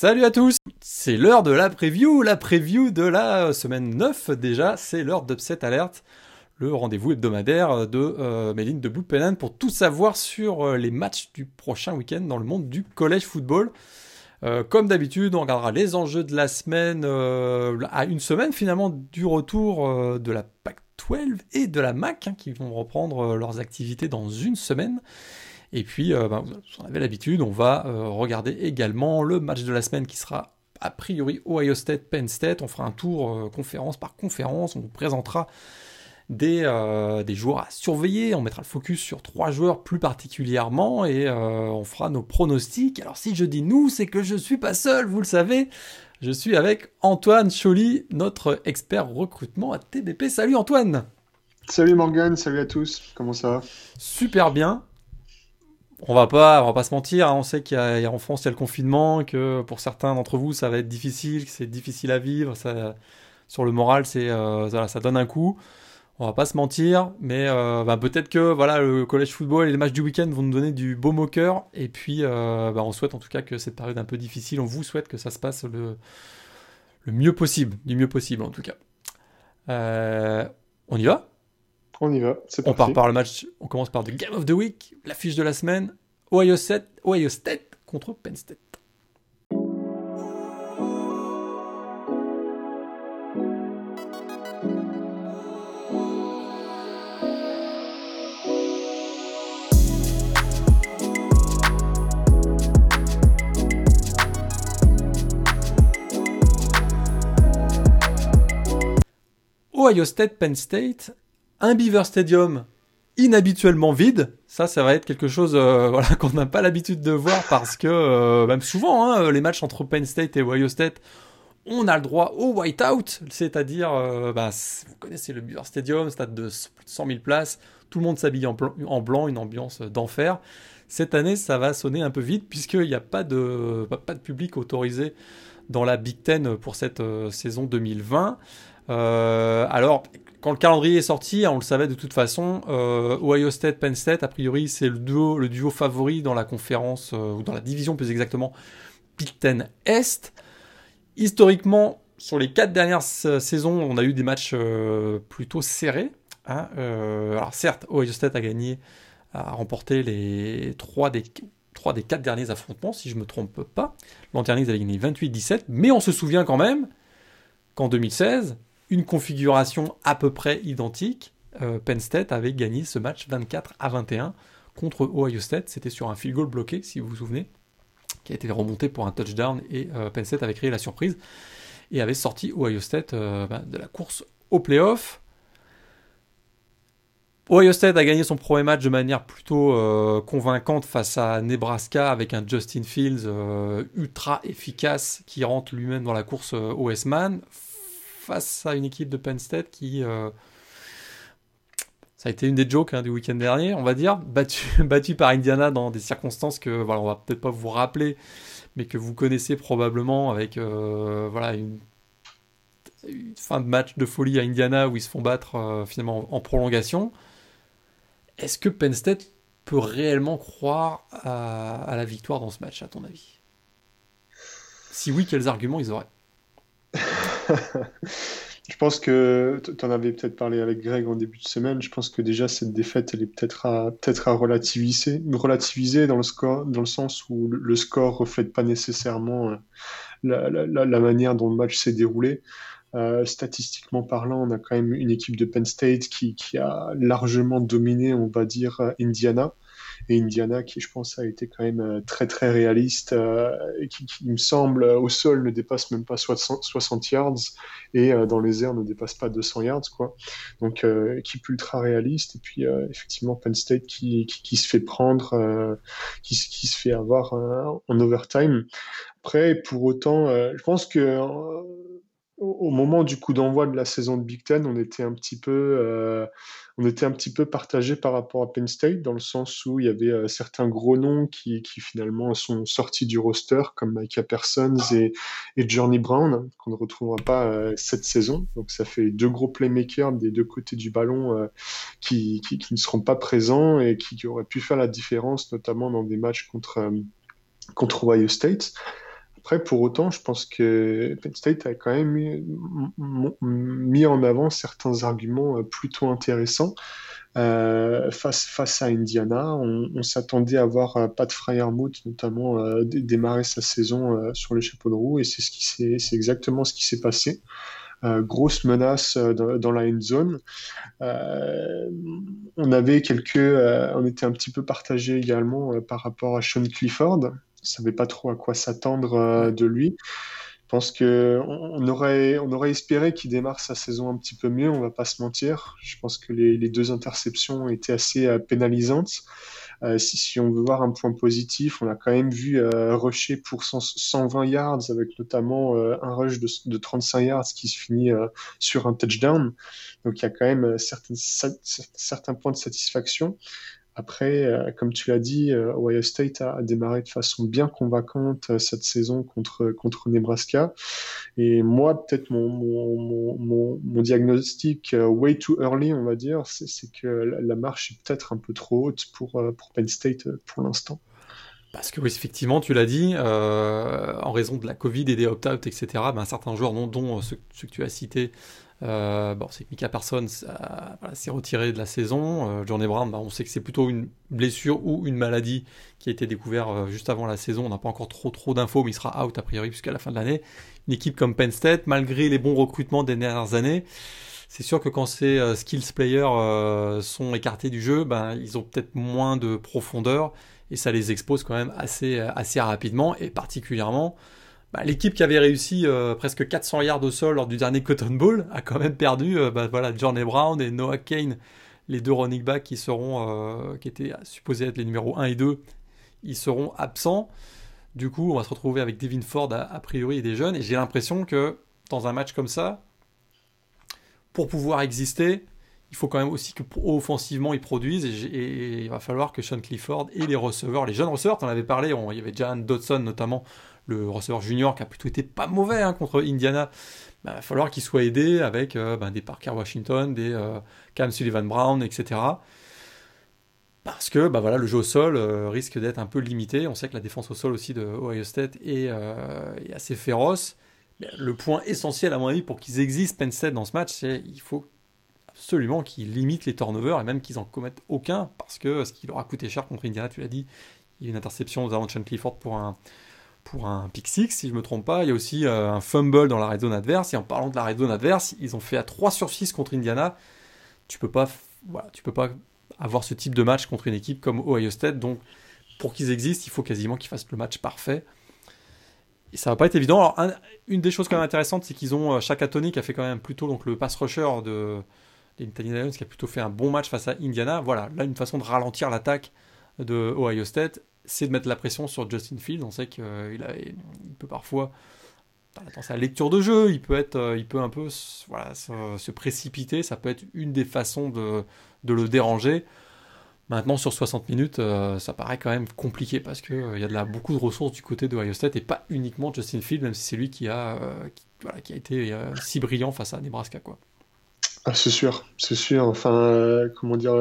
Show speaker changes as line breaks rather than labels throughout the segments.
Salut à tous, c'est l'heure de la preview de la semaine 9 déjà, c'est l'heure d'Upset Alert, le rendez-vous hebdomadaire de Méline de Blue Pennant pour tout savoir sur les matchs du prochain week-end dans le monde du college football. Comme d'habitude, on regardera les enjeux de la semaine à une semaine finalement du retour de la Pac-12 et de la MAC qui vont reprendre leurs activités dans une semaine. Et puis, vous en avez l'habitude, on va regarder également le match de la semaine qui sera a priori Ohio State, Penn State. On fera un tour conférence par conférence, on vous présentera des joueurs à surveiller, on mettra le focus sur 3 joueurs plus particulièrement et on fera nos pronostics. Alors si je dis nous, c'est que je suis pas seul, vous le savez, je suis avec Antoine Choly, notre expert recrutement à TDP. Salut Antoine.
Salut Morgan, salut à tous, comment ça va?
Super bien. On va pas se mentir, hein, on sait en France il y a le confinement, que pour certains d'entre vous ça va être difficile, que c'est difficile à vivre, ça, sur le moral voilà, ça donne un coup. On va pas se mentir, mais peut-être que voilà, le college football et les matchs du week-end vont nous donner du baume au cœur. Et puis on souhaite en tout cas que cette période un peu difficile, on vous souhaite que ça se passe le mieux possible, du mieux possible en tout cas. On y va ?
On y va, c'est
On
parti.
part par le match, on commence par The Game of the Week, l'affiche de la semaine, Ohio State contre Penn State. Ohio State, Penn State, un Beaver Stadium inhabituellement vide. Ça va être quelque chose qu'on n'a pas l'habitude de voir parce que même souvent, les matchs entre Penn State et Ohio State, on a le droit au whiteout, c'est-à-dire, vous connaissez le Beaver Stadium, stade de plus de 100 000 places, tout le monde s'habille en blanc, une ambiance d'enfer. Cette année, ça va sonner un peu vite puisqu'il n'y a pas de public autorisé dans la Big Ten pour cette saison 2020. Alors, quand le calendrier est sorti, on le savait de toute façon, Ohio State, Penn State, a priori, c'est le duo favori dans la conférence, ou dans la division plus exactement, Big Ten Est. Historiquement, sur les 4 dernières saisons, on a eu des matchs plutôt serrés. Alors certes, Ohio State a remporté les 3 des 4 derniers affrontements, si je ne me trompe pas. L'an dernier, ils avaient gagné 28-17, mais on se souvient quand même qu'en 2016, une configuration à peu près identique, Penn State avait gagné ce match 24-21 contre Ohio State. C'était sur un field goal bloqué, si vous vous souvenez, qui a été remonté pour un touchdown et Penn State avait créé la surprise et avait sorti Ohio State de la course au playoff. Ohio State a gagné son premier match de manière plutôt convaincante face à Nebraska avec un Justin Fields ultra efficace qui rentre lui-même dans la course au S-Man face à une équipe de Penn State qui ça a été une des jokes du week-end dernier, on va dire, battu par Indiana dans des circonstances que on va peut-être pas vous rappeler, mais que vous connaissez probablement avec une fin de match de folie à Indiana où ils se font battre finalement en prolongation. Est-ce que Penn State peut réellement croire à la victoire dans ce match, à ton avis ? Si oui, quels arguments ils auraient ?
Je pense que tu en avais peut-être parlé avec Greg en début de semaine. Je pense que déjà cette défaite, elle est peut-être à relativiser dans le score, dans le sens où le score reflète pas nécessairement la manière dont le match s'est déroulé. Statistiquement parlant, on a quand même une équipe de Penn State qui a largement dominé, on va dire, Indiana. Et Indiana qui, je pense, a été quand même très très réaliste et qui, il me semble, au sol ne dépasse même pas 60 yards et dans les airs ne dépasse pas 200 yards, quoi. Donc équipe ultra réaliste et puis effectivement Penn State qui se fait prendre, qui se fait avoir en overtime. Après, pour autant, je pense que au moment du coup d'envoi de la saison de Big Ten, on était un petit peu partagé par rapport à Penn State, dans le sens où il y avait certains gros noms qui finalement sont sortis du roster, comme Micah Parsons et Journey Brown, qu'on ne retrouvera pas cette saison. Donc ça fait 2 gros playmakers des 2 côtés du ballon qui ne seront pas présents et qui auraient pu faire la différence, notamment dans des matchs contre Ohio State. Après, pour autant, je pense que Penn State a quand même mis en avant certains arguments plutôt intéressants. Face à Indiana, on s'attendait à voir Pat Freiermuth notamment démarrer sa saison sur le chapeau de roue, et c'est exactement ce qui s'est passé. Grosse menace dans la end zone. Euh, on était un petit peu partagé également par rapport à Sean Clifford. On savait pas trop à quoi s'attendre
Ouais.
de lui. Je pense que on aurait espéré qu'il démarre sa saison un petit peu mieux, on va pas se mentir. Je pense que les deux interceptions étaient assez pénalisantes. Si on veut voir un point positif, on a quand même vu rusher pour 120 yards avec notamment un rush de 35 yards qui se finit sur un touchdown. Donc il y a quand même certains points de satisfaction. Après, comme tu l'as dit, Ohio State a démarré de façon bien convaincante cette saison contre Nebraska. Et moi, peut-être mon diagnostic way too early, on va dire, c'est que la marche est peut-être un peu trop haute pour Penn State pour l'instant.
Parce que oui, effectivement, tu l'as dit, en raison de la Covid et des opt-out, etc., ben, certains joueurs, dont ceux que tu as cités, bon, c'est que Micah Parsons voilà, s'est retiré de la saison. Johnny Brown, ben, on sait que c'est plutôt une blessure ou une maladie qui a été découverte juste avant la saison. On n'a pas encore trop d'infos, mais il sera out a priori jusqu'à la fin de l'année. Une équipe comme Penn State, malgré les bons recrutements des dernières années, c'est sûr que quand ces skills players sont écartés du jeu, ben, ils ont peut-être moins de profondeur et ça les expose quand même assez rapidement. Et particulièrement, bah, l'équipe qui avait réussi presque 400 yards au sol lors du dernier Cotton Bowl a quand même perdu bah, voilà, Johnny Brown et Noah Kane, les deux running backs qui étaient supposés être les numéros 1 et 2, ils seront absents. Du coup, on va se retrouver avec Devin Ford a priori et des jeunes. Et j'ai l'impression que dans un match comme ça, pour pouvoir exister, il faut quand même aussi que offensivement ils produisent et il va falloir que Sean Clifford et les receveurs, les jeunes receveurs, tu en avais parlé, il y avait Jahan Dodson notamment, le receveur junior qui a plutôt été pas mauvais contre Indiana. Bah, il va falloir qu'il soit aidé avec des Parker Washington, des Cam Sullivan Brown, etc. Parce que bah, voilà, le jeu au sol risque d'être un peu limité. On sait que la défense au sol aussi de Ohio State est assez féroce. Mais le point essentiel à mon avis pour qu'ils existent Penn State dans ce match, c'est qu'il faut absolument qu'ils limitent les turnovers et même qu'ils en commettent aucun parce que ce qui leur a coûté cher contre Indiana, tu l'as dit, il y a une interception aux avant de Sean Clifford pour un pick six si je me trompe pas, il y a aussi un fumble dans la red zone adverse et en parlant de la red zone adverse, ils ont fait à 3 sur 6 contre Indiana. Tu peux pas avoir ce type de match contre une équipe comme Ohio State, donc pour qu'ils existent, il faut quasiment qu'ils fassent le match parfait. Et ça va pas être évident. Alors, une des choses quand même intéressantes, c'est qu'ils ont Shaka Toney qui a fait quand même plutôt donc, le pass rusher des Nittany Lions qui a plutôt fait un bon match face à Indiana. Voilà, là une façon de ralentir l'attaque de Ohio State, c'est de mettre la pression sur Justin Fields. On sait qu'il peut parfois, dans sa lecture de jeu, il peut un peu voilà, se précipiter. Ça peut être une des façons de le déranger. Maintenant, sur 60 minutes, ça paraît quand même compliqué parce qu'il y a beaucoup de ressources du côté de Ohio State et pas uniquement Justin Fields, même si c'est lui qui a été si brillant face à Nebraska, quoi.
Ah, c'est sûr, c'est sûr. Enfin, comment dire,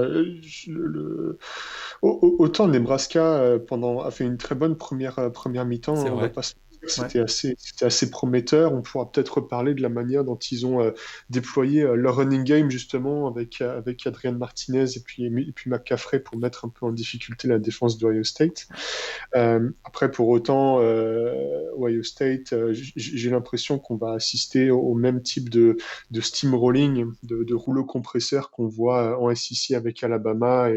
autant Nebraska a fait une très bonne première mi-temps.
C'est
On va
vrai.
pas se mentir,
Ouais.
c'était assez prometteur. On pourra peut-être reparler de la manière dont ils ont déployé leur running game justement avec Adrian Martinez et puis McCaffrey pour mettre un peu en difficulté la défense d'Ohio State. Après, pour autant, Ohio State, j'ai l'impression qu'on va assister au même type de steamrolling, de rouleau compresseur qu'on voit en SEC avec Alabama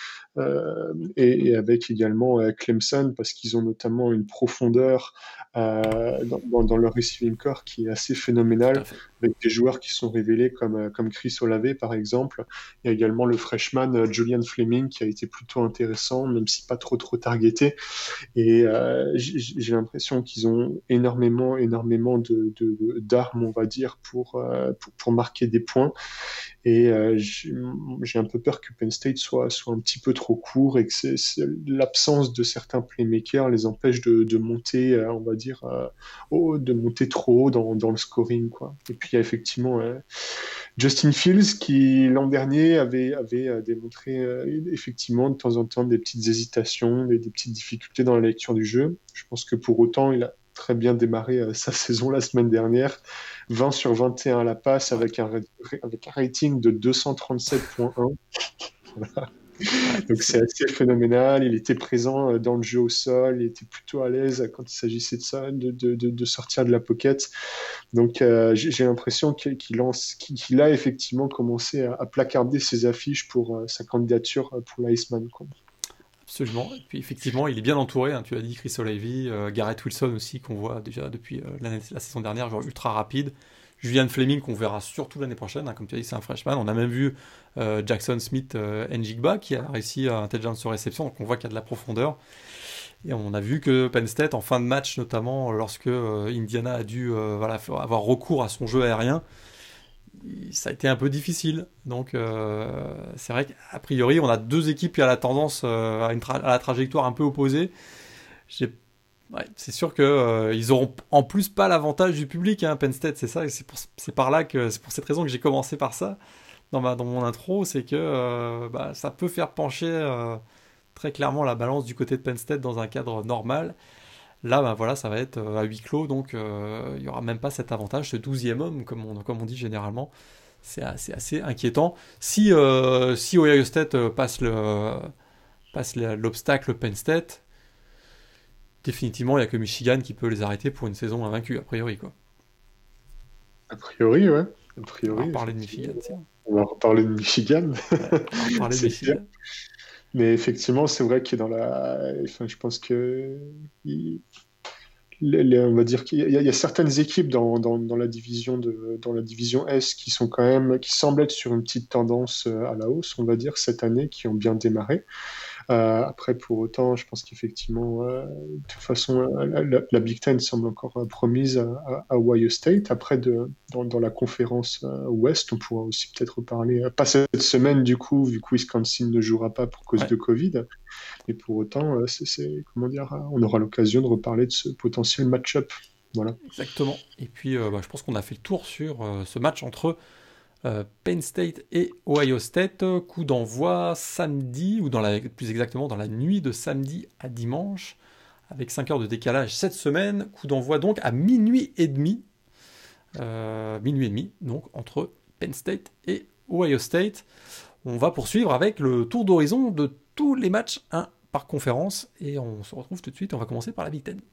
et avec également Clemson, parce qu'ils ont notamment une profondeur dans leur receiving core qui est assez
Tout à
phénoménale,
fait.
avec des joueurs qui sont révélés comme Chris Olave, par exemple. Il y a également le freshman Julian Fleming qui a été plutôt intéressant, même si pas trop targeté. Et j'ai l'impression qu'ils ont énormément d'armes, on va dire, pour marquer des points. Et j'ai un peu peur que Penn State soit un petit peu trop court et que l'absence de certains playmakers les empêche de monter, on va dire, de monter trop haut dans le scoring, quoi. Et puis il y a effectivement Justin Fields qui l'an dernier avait démontré effectivement de temps en temps des petites hésitations, des petites difficultés dans la lecture du jeu. Je pense que pour autant, il a très bien démarré sa saison la semaine dernière. 20 sur 21 à la passe avec un rating de 237,1.
Ouais,
Donc c'est assez phénoménal. Il était présent dans le jeu au sol, il était plutôt à l'aise quand il s'agissait de ça, de sortir de la pocket. Donc j'ai l'impression qu'il a effectivement commencé à placarder ses affiches pour sa candidature pour l'Iceman, quoi.
absolument. Et puis effectivement, il est bien entouré, hein, tu l'as dit, Chris Olave, Garrett Wilson aussi, qu'on voit déjà depuis la saison dernière, genre ultra rapide. Julian Fleming, qu'on verra surtout l'année prochaine, hein, comme tu as dit, c'est un freshman. On a même vu Jackson Smith Njigba, qui a réussi à intelligence sur réception, donc on voit qu'il y a de la profondeur. Et on a vu que Penn State, en fin de match, notamment lorsque Indiana a dû avoir recours à son jeu aérien, ça a été un peu difficile. Donc c'est vrai qu'a priori, on a deux équipes qui ont la tendance à la trajectoire un peu opposée. J'ai Ouais, c'est sûr que ils auront en plus pas l'avantage du public, hein, Penn State, c'est ça, et c'est pour cette raison que j'ai commencé par ça dans mon intro, c'est que ça peut faire pencher très clairement la balance du côté de Penn State dans un cadre normal. Là, voilà, ça va être à huis clos, donc il y aura même pas cet avantage, ce 12e homme, comme on dit généralement. C'est assez inquiétant. Si Ohio State passe l'obstacle Penn State, définitivement, il n'y a que Michigan qui peut les arrêter pour une saison invaincue, a priori, quoi.
A priori, ouais. A
On va
priori,
reparler de
effectivement.
Michigan, tiens.
On va reparler de Michigan.
Ouais, on va reparler de
C'est clair.
Michigan.
Mais effectivement, c'est vrai qu'il est dans la. Enfin, je pense que. On va dire qu'il y a certaines équipes dans la dans la division S qui sont quand même, qui semblent être sur une petite tendance à la hausse, on va dire, cette année, qui ont bien démarré. Après, pour autant, je pense qu'effectivement, de toute façon, la Big Ten semble encore promise à Ohio State. Après, dans la conférence Ouest, on pourra aussi peut-être reparler, pas cette semaine du coup, vu que Wisconsin ne jouera pas pour cause
Ouais,
de Covid. Mais pour autant, comment dire, on aura l'occasion de reparler de ce potentiel match-up. Voilà.
exactement. Et puis, je pense qu'on a fait le tour sur ce match entre Penn State et Ohio State. Coup d'envoi samedi, ou plus exactement dans la nuit de samedi à dimanche, avec 5 heures de décalage cette semaine. Coup d'envoi donc à minuit et demi. Minuit et demi, donc entre Penn State et Ohio State. On va poursuivre avec le tour d'horizon de tous les matchs, un par conférence, et on se retrouve tout de suite. On va commencer par la Big Ten.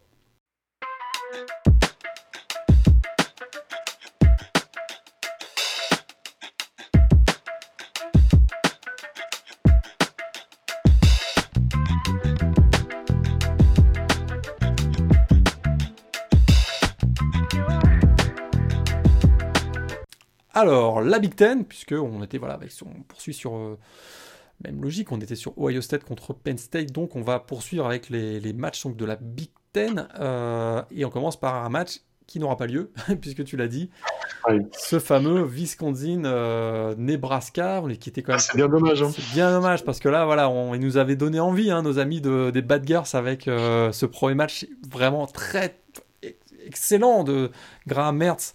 Alors, la Big Ten, puisque on était on poursuit sur même logique, on était sur Ohio State contre Penn State, donc on va poursuivre avec les matchs donc, de la Big Ten, et on commence par un match qui n'aura pas lieu, puisque tu l'as dit,
Ouais.
ce fameux Wisconsin-Nebraska, qui était quand même...
C'est bien dommage, hein.
C'est bien dommage, parce que là, voilà, ils nous avaient donné envie, hein, nos amis des Badgers, avec ce premier match vraiment très excellent de Graham Mertz,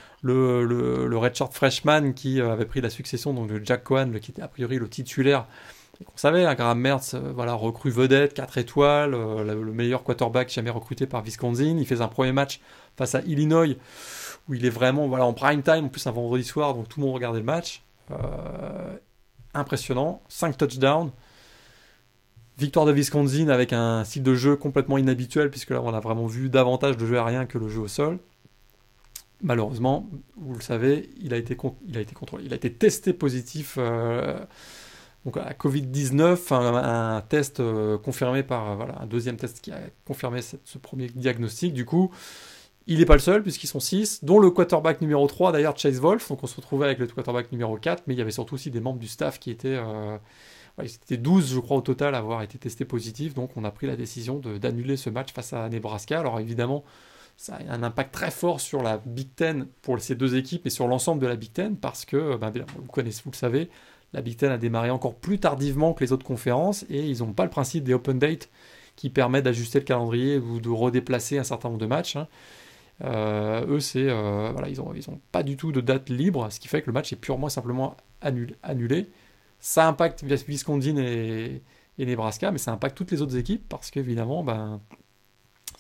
le redshirt freshman qui avait pris la succession donc, de Jack Coan, qui était a priori le titulaire. Et qu'on savait, hein, Graham Mertz, recrue vedette, 4 étoiles, le meilleur quarterback jamais recruté par Wisconsin. Il fait un premier match face à Illinois, où il est vraiment en prime time, en plus un vendredi soir, donc tout le monde regardait le match. Impressionnant, 5 touchdowns. Victoire de Wisconsin avec un style de jeu complètement inhabituel, puisque là on a vraiment vu davantage de jeu aérien que le jeu au sol. Malheureusement, vous le savez, il a été contrôlé. Il a été testé positif donc à Covid-19, un test confirmé par un deuxième test qui a confirmé ce premier diagnostic. Du coup, il n'est pas le seul, puisqu'ils sont 6, dont le quarterback numéro 3, d'ailleurs Chase Wolf. Donc on se retrouvait avec le quarterback numéro 4, mais il y avait surtout aussi des membres du staff qui étaient... ils étaient 12, je crois, au total à avoir été testés positifs. Donc on a pris la décision d'annuler ce match face à Nebraska. Alors évidemment, ça a un impact très fort sur la Big Ten pour ces deux équipes et sur l'ensemble de la Big Ten, parce que, vous le savez, la Big Ten a démarré encore plus tardivement que les autres conférences, et ils n'ont pas le principe des open dates qui permettent d'ajuster le calendrier ou de redéplacer un certain nombre de matchs, hein. Eux, ils ont pas du tout de date libre, ce qui fait que le match est purement et simplement annulé. Ça impacte Wisconsin et Nebraska, mais ça impacte toutes les autres équipes, parce qu'évidemment,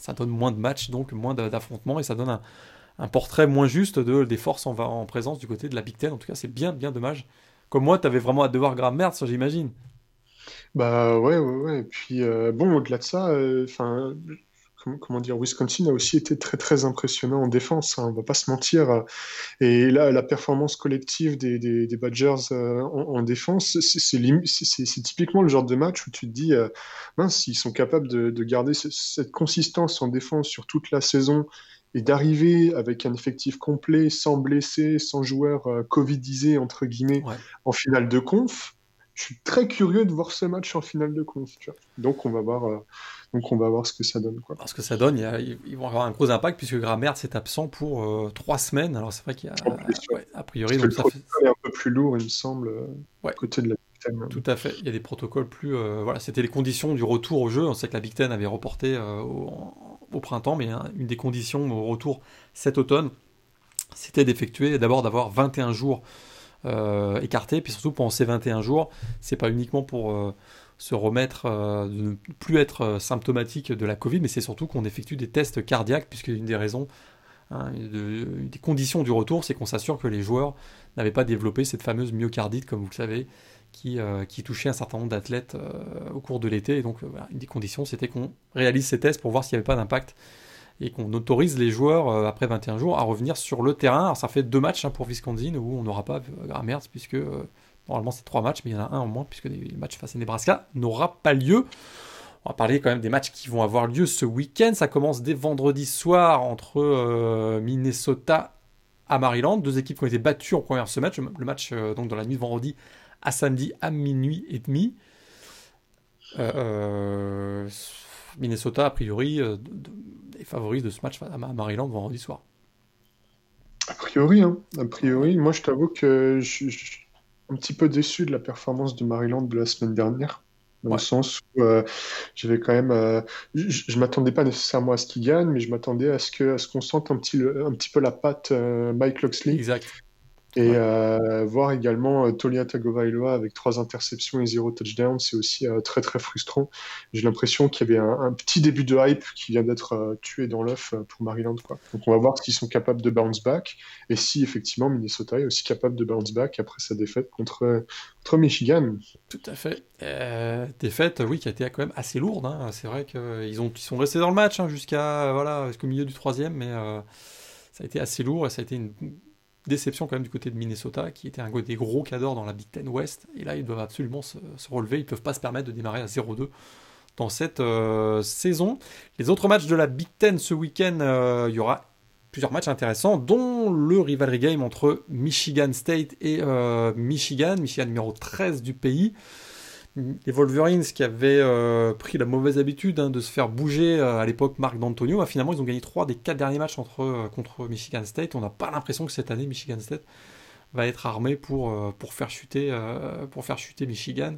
ça donne moins de matchs, donc moins d'affrontements, et ça donne un portrait moins juste des forces en présence du côté de la Big Ten. En tout cas, c'est bien, bien dommage. Comme moi, t'avais vraiment hâte de voir Graham Mertz, j'imagine.
Bah ouais. Et puis bon, au-delà de ça, enfin, comment dire, Wisconsin a aussi été très très impressionnant en défense, hein, on va pas se mentir. Et là, la performance collective des Badgers en défense, c'est typiquement le genre de match où tu te dis, mince, s'ils sont capables de garder cette consistance en défense sur toute la saison et d'arriver avec un effectif complet, sans blessés, sans joueurs covidisés, entre guillemets,
Ouais.
en finale de conf. Je suis très curieux de voir ce match en finale de conf, tu vois. Donc on va voir ce que ça donne, quoi.
Parce que ça donne, ils vont avoir un gros impact puisque Graham Mertz est absent pour 3 semaines. Alors c'est vrai qu'il y
En
a,
plus, ouais.
ouais, a priori,
Parce que
donc
le
ça fait,
protocole est un peu plus lourd, il me semble,
ouais,
côté de la Big Ten.
tout à fait. Il y a des protocoles plus, voilà, c'était les conditions du retour au jeu. On sait que la Big Ten avait reporté au printemps, mais hein, une des conditions au retour cet automne, c'était d'abord d'avoir 21 jours écartés, puis surtout pendant ces 21 jours, c'est pas uniquement pour se remettre, de ne plus être symptomatique de la Covid, mais c'est surtout qu'on effectue des tests cardiaques, puisque une des raisons, hein, des conditions du retour, c'est qu'on s'assure que les joueurs n'avaient pas développé cette fameuse myocardite, comme vous le savez, qui touchait un certain nombre d'athlètes au cours de l'été. Et donc, voilà, une des conditions, c'était qu'on réalise ces tests pour voir s'il n'y avait pas d'impact et qu'on autorise les joueurs, après 21 jours, à revenir sur le terrain. Alors, ça fait 2 matchs hein, pour Wisconsin où on n'aura pas Graham Mertz, puisque normalement c'est 3 matchs, mais il y en a un en moins, puisque le match face à Nebraska n'aura pas lieu. On va parler quand même des matchs qui vont avoir lieu ce week-end. Ça commence dès vendredi soir entre Minnesota à Maryland. 2 équipes qui ont été battues en première semaine. Le match donc dans la nuit de vendredi à samedi à minuit et demi. Minnesota, a priori, est favori de ce match à Maryland vendredi soir.
A priori, hein. A
Ouais.
priori, moi je t'avoue que je suis un petit peu déçu de la performance de Maryland de la semaine dernière, dans le
Ouais.
sens où j'avais quand même, je m'attendais pas nécessairement à ce qu'ils gagnent, mais je m'attendais à ce qu'on sente un petit peu la patte Mike Locksley.
Exact.
Et
Ouais.
voir également Taulia Tagovailoa avec 3 interceptions et 0 touchdown, c'est aussi très très frustrant. J'ai l'impression qu'il y avait un petit début de hype qui vient d'être tué dans l'œuf pour Maryland, quoi. Donc on va voir s'ils sont capables de bounce back et si effectivement Minnesota est aussi capable de bounce back après sa défaite contre Michigan.
Tout à fait. Défaite, oui, qui a été quand même assez lourde, hein. C'est vrai ils sont restés dans le match hein, jusqu'au milieu du troisième, mais ça a été assez lourd et ça a été une déception quand même du côté de Minnesota, qui était un des gros cadors dans la Big Ten West. Et là, ils doivent absolument se relever. Ils ne peuvent pas se permettre de démarrer à 0-2 dans cette saison. Les autres matchs de la Big Ten ce week-end, il y aura plusieurs matchs intéressants, dont le rivalry game entre Michigan State et Michigan numéro 13 du pays. Les Wolverines qui avaient pris la mauvaise habitude de se faire bouger à l'époque Marc D'Antonio, finalement ils ont gagné 3 des 4 derniers matchs contre Michigan State. On n'a pas l'impression que cette année Michigan State va être armé pour faire chuter Michigan.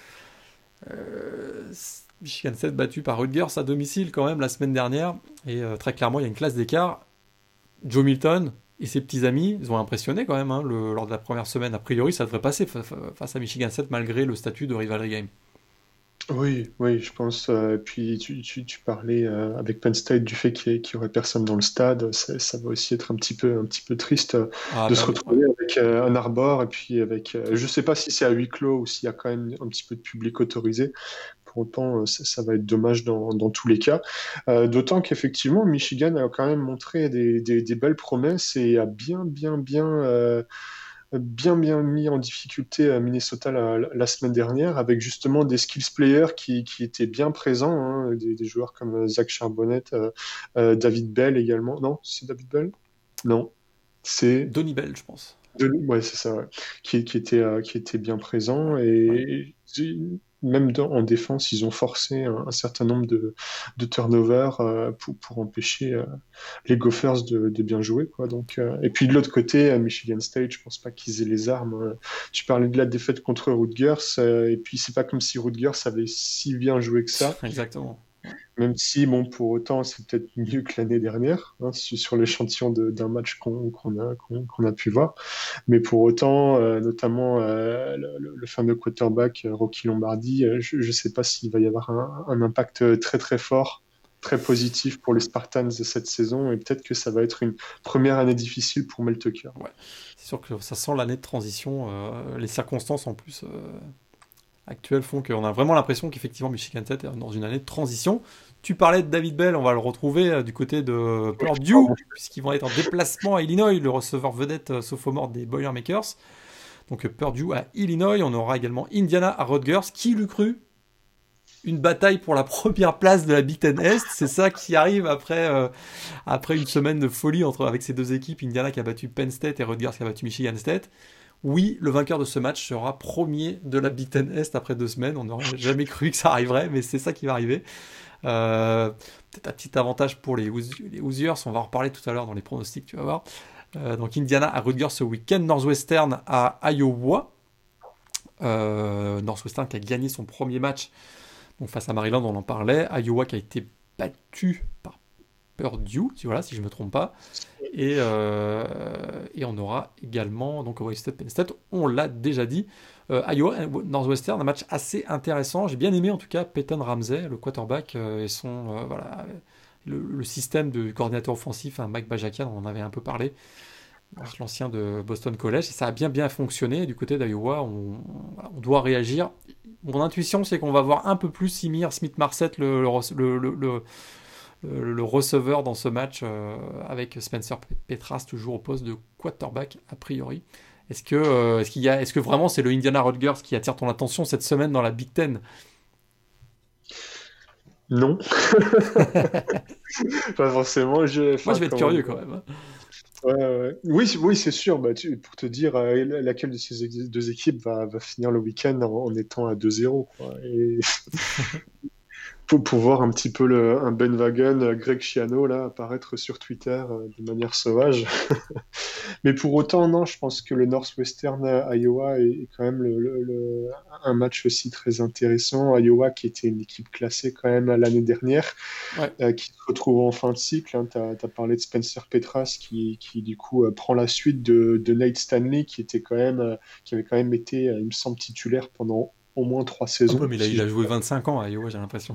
Euh, Michigan State battu par Rutgers à domicile quand même la semaine dernière. Et très clairement il y a une classe d'écart. Joe Milton et ses petits amis, ils ont impressionné quand même lors de la première semaine. A priori, ça devrait passer face à Michigan State malgré le statut de rivalry game.
Oui, je pense. Puis tu parlais avec Penn State du fait qu'il y aurait personne dans le stade. Ça va aussi être un petit peu triste
Ah
de se
bah oui, ouais.
retrouver avec un Arbor et puis avec. Je sais pas si c'est à huis clos ou s'il y a quand même un petit peu de public autorisé. Pour autant, ça va être dommage dans tous les cas. D'autant qu'effectivement, Michigan a quand même montré des belles promesses et a bien mis en difficulté Minnesota la semaine dernière avec justement des skills players qui étaient bien présents, hein, des joueurs comme Zach Charbonnet, David Bell également. Non, c'est David Bell? Non, c'est
Donnie Bell, je pense.
Ouais, c'est ça, ouais. Qui était bien présent
Ouais.
et même en défense, ils ont forcé un certain nombre de turnovers pour empêcher les Gophers de bien jouer, quoi. Donc, et puis de l'autre côté, à Michigan State, je pense pas qu'ils aient les armes. Tu parlais de la défaite contre Rutgers, et puis c'est pas comme si Rutgers avait si bien joué que ça.
Exactement. Ouais.
Même si, bon, pour autant, c'est peut-être mieux que l'année dernière, hein, sur l'échantillon d'un match qu'on a pu voir. Mais pour autant, notamment le fameux quarterback Rocky Lombardi, je ne sais pas s'il va y avoir un impact très très fort très positif pour les Spartans de cette saison et peut-être que ça va être une première année difficile pour Mel Tucker.
Ouais. C'est sûr que ça sent l'année de transition. Les circonstances en plus actuelles font qu'on a vraiment l'impression qu'effectivement Michigan State est dans une année de transition. Tu parlais de David Bell, on va le retrouver du côté de Purdue, puisqu'ils vont être en déplacement à Illinois, le receveur vedette sophomore des Boilermakers. Donc Purdue à Illinois, on aura également Indiana à Rutgers. Qui l'eût cru? Une bataille pour la première place de la Big Ten Est, c'est ça qui arrive après une semaine de folie avec ces deux équipes, Indiana qui a battu Penn State et Rutgers qui a battu Michigan State. Oui, le vainqueur de ce match sera premier de la Big Ten Est après 2 semaines. On n'aurait jamais cru que ça arriverait, mais c'est ça qui va arriver. Peut-être un petit avantage pour les Hoosiers, on va en reparler tout à l'heure dans les pronostics, tu vas voir. Donc Indiana à Rutgers ce week-end, Northwestern à Iowa. Northwestern qui a gagné son premier match donc face à Maryland, on en parlait. Iowa qui a été battu par Purdue, si je ne me trompe pas. Et on aura également donc Ohio State, Penn State, on l'a déjà dit. Iowa, Northwestern, un match assez intéressant. J'ai bien aimé en tout cas Peyton Ramsey, le quarterback, et son le système de coordinateur offensif, Mike Bajakian, on en avait un peu parlé, l'ancien de Boston College, et ça a bien fonctionné. Du côté d'Iowa, on doit réagir. Mon intuition, c'est qu'on va voir un peu plus Ihmir Smith-Marsette, le receveur dans ce match, avec Spencer Petras toujours au poste de quarterback a priori. Est-ce que vraiment c'est le Indiana Rutgers qui attire ton attention cette semaine dans la Big Ten?
Non. Pas forcément.
Moi, je vais être curieux quand même.
Ouais. Oui, c'est sûr. Pour te dire, laquelle de ces deux équipes va finir le week-end en étant à 2-0, quoi. Et pour voir un petit peu un Ben Wagon, Greg Schiano là apparaître sur Twitter de manière sauvage. Mais pour autant, non, je pense que le Northwestern Iowa est quand même un match aussi très intéressant. Iowa qui était une équipe classée quand même l'année dernière, qui se retrouve en fin de cycle. Hein. Tu as parlé de Spencer Petras qui du coup prend la suite de Nate Stanley qui avait quand même été, il me semble, titulaire pendant au moins 3 saisons.
Mais il a joué 25 ans à Iowa, j'ai l'impression.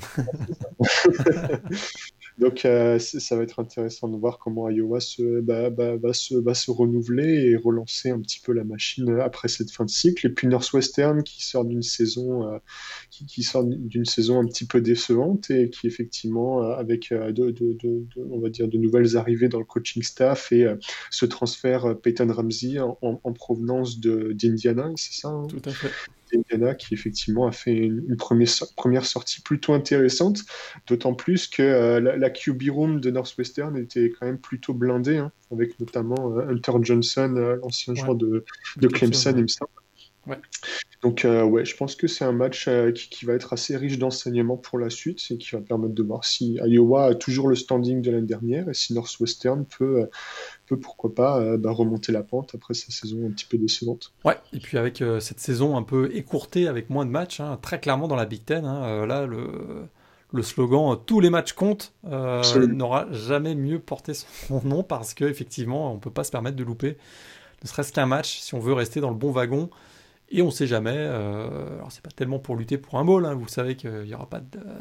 Donc ça va être intéressant de voir comment Iowa va se renouveler et relancer un petit peu la machine après cette fin de cycle. Et puis Northwestern qui sort d'une saison un petit peu décevante et qui effectivement avec on va dire de nouvelles arrivées dans le coaching staff et ce transfert Peyton Ramsey en provenance d'Indiana, c'est ça, hein?
Tout à fait.
Indiana qui effectivement a fait une première sortie plutôt intéressante, d'autant plus que la QB room de Northwestern était quand même plutôt blindée, hein, avec notamment Hunter Johnson, l'ancien joueur de Clemson, il me semble.
Ouais.
Donc je pense que c'est un match qui va être assez riche d'enseignements pour la suite et qui va permettre de voir si Iowa a toujours le standing de l'année dernière et si Northwestern peut pourquoi pas remonter la pente après sa saison un petit peu décevante.
Ouais, et puis avec cette saison un peu écourtée avec moins de matchs, hein, très clairement dans la Big Ten, hein, là le slogan tous les matchs comptent n'aura jamais mieux porté son nom parce qu'effectivement on ne peut pas se permettre de louper ne serait-ce qu'un match si on veut rester dans le bon wagon. Et on ne sait jamais. Alors c'est pas tellement pour lutter pour un bowl. Hein, vous savez qu'il n'y aura pas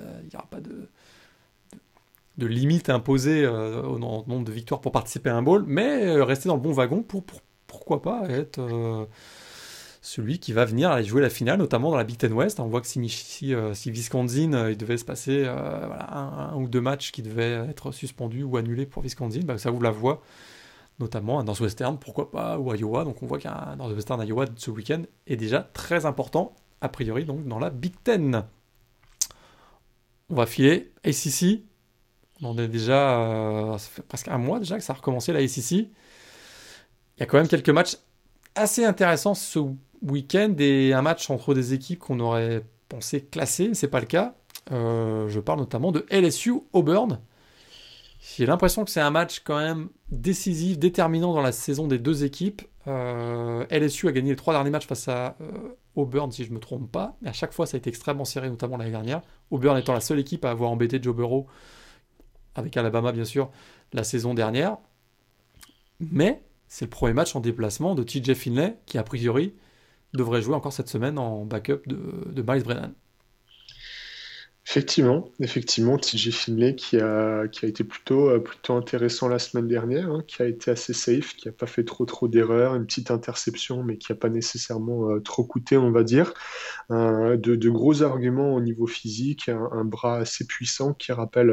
de limite imposée au nombre de victoires pour participer à un bowl, mais rester dans le bon wagon pourquoi pas être celui qui va venir aller jouer la finale, notamment dans la Big Ten West. On voit que si Wisconsin, il devait se passer un ou deux matchs qui devaient être suspendus ou annulés pour Wisconsin, ça ouvre la voie notamment à Northwestern, pourquoi pas, ou à Iowa. Donc on voit qu'un Northwestern à Iowa ce week-end est déjà très important, a priori, donc dans la Big Ten. On va filer ACC. On en est déjà, ça fait presque un mois déjà que ça a recommencé la ACC. Il y a quand même quelques matchs assez intéressants ce week-end et un match entre des équipes qu'on aurait pensé classées, mais c'est pas le cas. Je parle notamment de LSU Auburn. J'ai l'impression que c'est un match quand même décisif, déterminant dans la saison des deux équipes. LSU a gagné les 3 derniers matchs face à Auburn, si je ne me trompe pas. Mais à chaque fois, ça a été extrêmement serré, notamment l'année dernière. Auburn étant la seule équipe à avoir embêté Joe Burrow, avec Alabama bien sûr, la saison dernière. Mais c'est le premier match en déplacement de TJ Finley, qui a priori devrait jouer encore cette semaine en backup de Miles Brennan.
Effectivement, TJ Finlay qui a été plutôt intéressant la semaine dernière, hein, qui a été assez safe, qui n'a pas fait trop d'erreurs, une petite interception, mais qui n'a pas nécessairement trop coûté, on va dire. De gros arguments au niveau physique, un bras assez puissant qui rappelle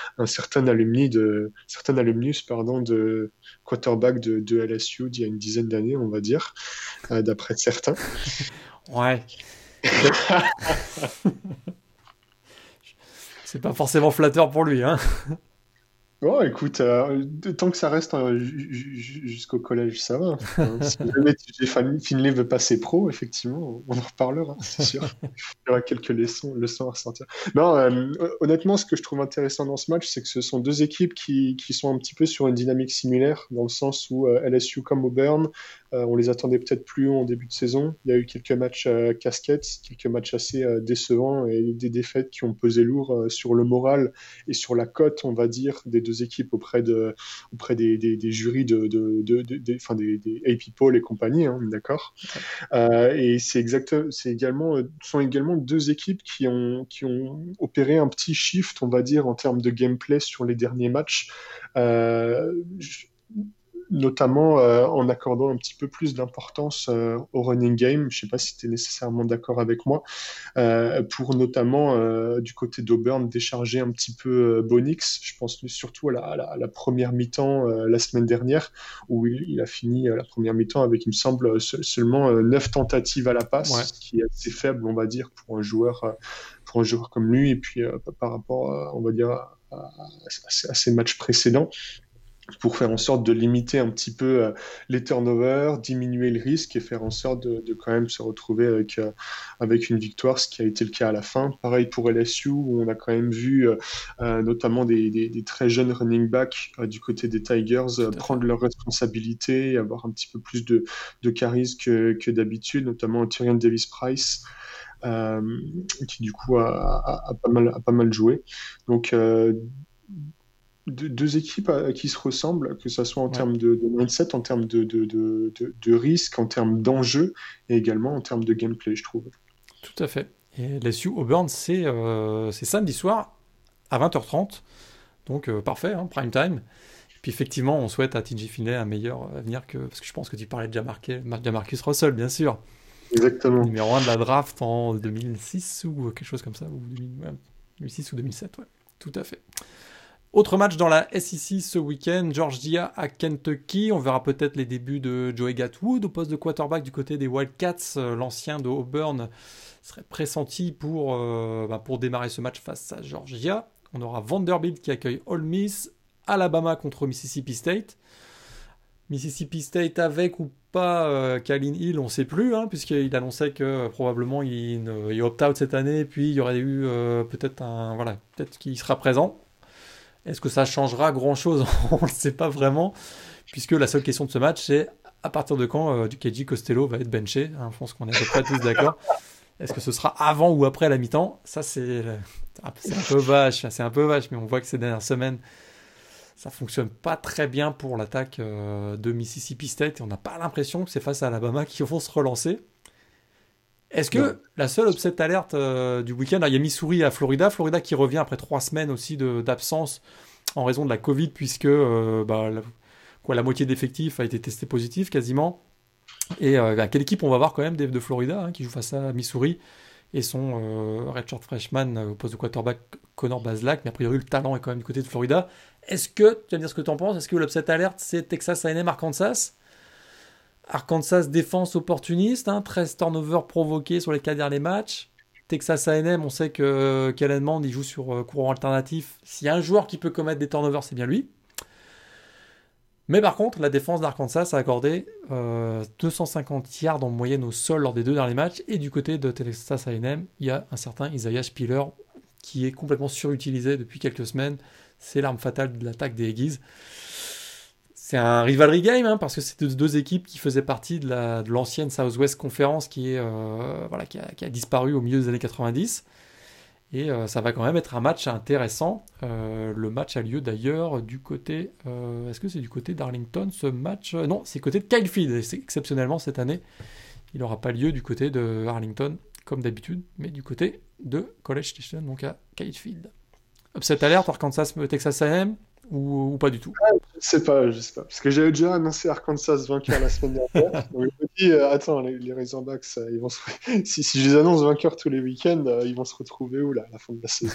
certain alumnus, pardon, de quarterback de LSU d'il y a une dizaine d'années, on va dire, d'après certains.
Ouais. C'est pas forcément flatteur pour lui, hein.
Bon, écoute, tant que ça reste jusqu'au collège, ça va. Hein. Si jamais Finlay veut passer pro, effectivement, on en reparlera, c'est sûr. Il y aura quelques leçons à ressortir. Non, honnêtement, ce que je trouve intéressant dans ce match, c'est que ce sont deux équipes qui sont un petit peu sur une dynamique similaire, dans le sens où LSU comme Auburn, on les attendait peut-être plus haut en début de saison. Il y a eu quelques matchs casquettes, quelques matchs assez décevants et des défaites qui ont pesé lourd sur le moral et sur la cote, on va dire, des deux équipes auprès des jurys enfin, des AP Poll et compagnie, hein, d'accord. Et sont également deux équipes qui ont opéré un petit shift, on va dire, en termes de gameplay sur les derniers matchs. Euh, Notamment en accordant un petit peu plus d'importance au running game. Je ne sais pas si tu es nécessairement d'accord avec moi, pour notamment du côté d'Auburn décharger un petit peu Bonix. Je pense surtout à la première mi-temps la semaine dernière, où il a fini la première mi-temps avec, il me semble, seulement 9 tentatives à la passe,
Ouais.
ce qui est assez faible, on va dire, pour un joueur comme lui, et puis par rapport, on va dire, à ses matchs précédents, pour faire en sorte de limiter un petit peu les turnovers, diminuer le risque et faire en sorte de quand même se retrouver avec une victoire, ce qui a été le cas à la fin. Pareil pour LSU, où on a quand même vu notamment des très jeunes running backs du côté des Tigers prendre leurs responsabilités et avoir un petit peu plus de charisme que d'habitude, notamment Tyrion Davis-Price. Qui du coup a pas mal joué. Donc deux équipes qui se ressemblent, que ce soit en
Ouais,
termes de mindset, en termes de risque, en termes d'enjeu, et également en termes de gameplay, je trouve.
tout à fait. Et LSU Auburn, c'est samedi soir à 20h30. Donc parfait, hein, prime time. Puis effectivement, on souhaite à TJ Finlay un meilleur avenir que. Parce que je pense que tu parlais de Jamarcus Russell, bien sûr.
Exactement.
Numéro 1 de la draft en 2006 ou quelque chose comme ça. Ou 2006 ou 2007, ouais. Tout à fait. Autre match dans la SEC ce week-end, Georgia à Kentucky. On verra peut-être les débuts de Joey Gatwood au poste de quarterback du côté des Wildcats. L'ancien de Auburn serait pressenti pour démarrer ce match face à Georgia. On aura Vanderbilt qui accueille Ole Miss, Alabama contre Mississippi State. Mississippi State avec ou pas Khalil Hill, on ne sait plus, hein, puisqu'il annonçait que probablement il opt-out cette année, puis il y aurait eu peut-être qu'il sera présent. Est-ce que ça changera grand-chose? On ne le sait pas vraiment, puisque la seule question de ce match, c'est à partir de quand KJ Costello va être benché, hein. Je pense qu'on est à peu près tous d'accord. Est-ce que ce sera avant ou après la mi-temps? Ça, c'est un peu vache, mais on voit que ces dernières semaines, ça fonctionne pas très bien pour l'attaque de Mississippi State, et on n'a pas l'impression que c'est face à Alabama qu'ils vont se relancer. Est-ce
Non.
que la seule upset alerte du week-end, il y a Missouri à Florida, Florida qui revient après 3 semaines aussi d'absence en raison de la Covid, puisque la moitié d'effectifs a été testé positif quasiment. Et quelle équipe on va voir quand même de Florida, hein, qui joue face à Missouri, et son redshirt freshman au poste de quarterback Connor Bazelak, mais a priori le talent est quand même du côté de Florida. Est-ce que, tu vas me dire ce que tu en penses, est-ce que l'upset alerte c'est Texas A&M Arkansas? Arkansas défense opportuniste, hein, 13 turnovers provoqués sur les 4 derniers matchs. Texas A&M, on sait que Kellen Mond il joue sur courant alternatif. S'il y a un joueur qui peut commettre des turnovers, c'est bien lui. Mais par contre, la défense d'Arkansas a accordé 250 yards en moyenne au sol lors des 2 derniers matchs. Et du côté de Texas A&M, il y a un certain Isaiah Spiller qui est complètement surutilisé depuis quelques semaines. C'est l'arme fatale de l'attaque des Aggies. C'est un rivalry game, hein, parce que c'est deux équipes qui faisaient partie de l'ancienne Southwest Conference qui a disparu au milieu des années 90. Et ça va quand même être un match intéressant. Le match a lieu d'ailleurs du côté... est-ce que c'est du côté d'Arlington ce match? Non, c'est du côté de Kyle Field. Et c'est exceptionnellement cette année, il n'aura pas lieu du côté de Arlington comme d'habitude, mais du côté de College Station, donc à Kite Field. Upset alert, Arkansas, Texas A&M ou pas du tout?
Je sais pas. Parce que j'avais déjà annoncé Arkansas vainqueur la semaine dernière. Donc je me dis, attends, les Razorbacks, ils vont si je les annonce vainqueurs tous les week-ends, ils vont se retrouver où là, à la fin de la saison?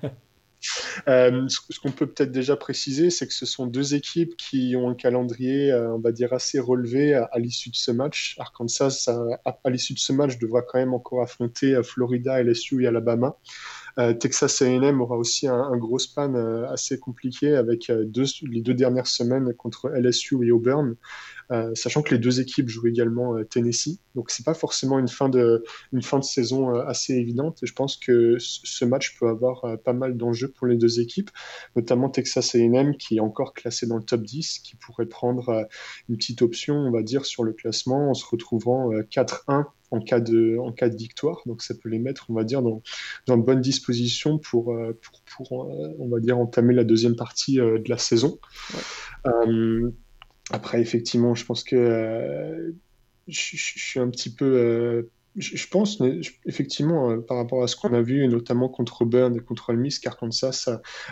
Ce qu'on peut peut-être déjà préciser, c'est que ce sont deux équipes qui ont un calendrier, on va dire, assez relevé à l'issue de ce match. Arkansas, à l'issue de ce match, devra quand même encore affronter Florida, LSU et Alabama. Texas A&M aura aussi un gros span assez compliqué avec les 2 dernières semaines contre LSU et Auburn, sachant que les deux équipes jouent également Tennessee. Donc c'est pas forcément une fin de saison assez évidente. Et je pense que ce match peut avoir pas mal d'enjeux pour les deux équipes, notamment Texas A&M qui est encore classé dans le top 10, qui pourrait prendre une petite option, on va dire, sur le classement en se retrouvant 4-1 en cas de victoire. Donc ça peut les mettre, on va dire, dans de bonnes dispositions pour on va dire, entamer la deuxième partie de la saison. Après, effectivement, je pense que je suis un petit peu... je pense, effectivement, par rapport à ce qu'on a vu, et notamment contre Auburn et contre Ole Miss, qu'Arkansas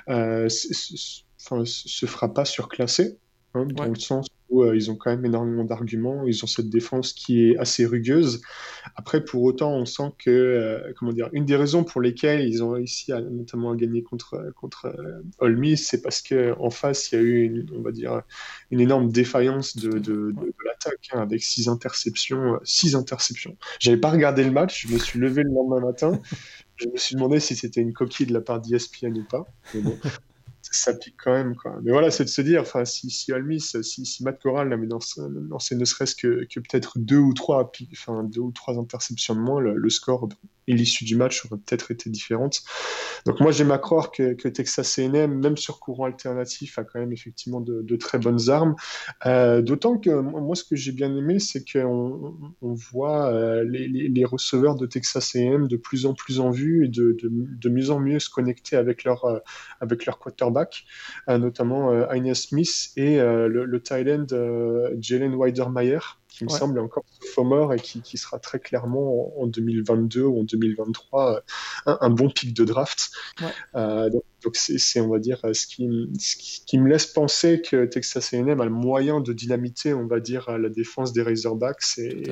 se fera pas surclasser, dans le sens où ils ont quand même énormément d'arguments, ils ont cette défense qui est assez rugueuse. Après, pour autant, on sent que, comment dire, une des raisons pour lesquelles ils ont réussi notamment à gagner contre Ole Miss, c'est parce qu'en face, il y a eu, on va dire, une énorme défaillance de l'attaque, avec 6 interceptions. 6 interceptions. J'avais pas regardé le match, je me suis levé le lendemain matin, je me suis demandé si c'était une coquille de la part d'ESPN ou pas. Mais bon, ça pique quand même, quoi. Mais voilà, c'est de se dire, enfin, si Ole Miss, si Matt Corral l'avait lancé ne serait-ce que peut-être 2 ou 3 interceptions de moins, le score et l'issue du match aurait peut-être été différente. Donc moi, j'aime à croire que Texas A&M, même sur courant alternatif, a quand même effectivement de très bonnes armes. D'autant que moi, ce que j'ai bien aimé, c'est qu'on voit les receveurs de Texas A&M de plus en plus en vue et de mieux en mieux se connecter avec leur quarterback, notamment Ines Smith et le tight end Jalen Weidermeyer, qui me semble encore sophomore et qui sera très clairement en 2022 ou en 2023 un bon pick de draft. Donc c'est, on va dire, ce qui me laisse penser que Texas A&M a le moyen de dynamiter, on va dire, la défense des Razorbacks.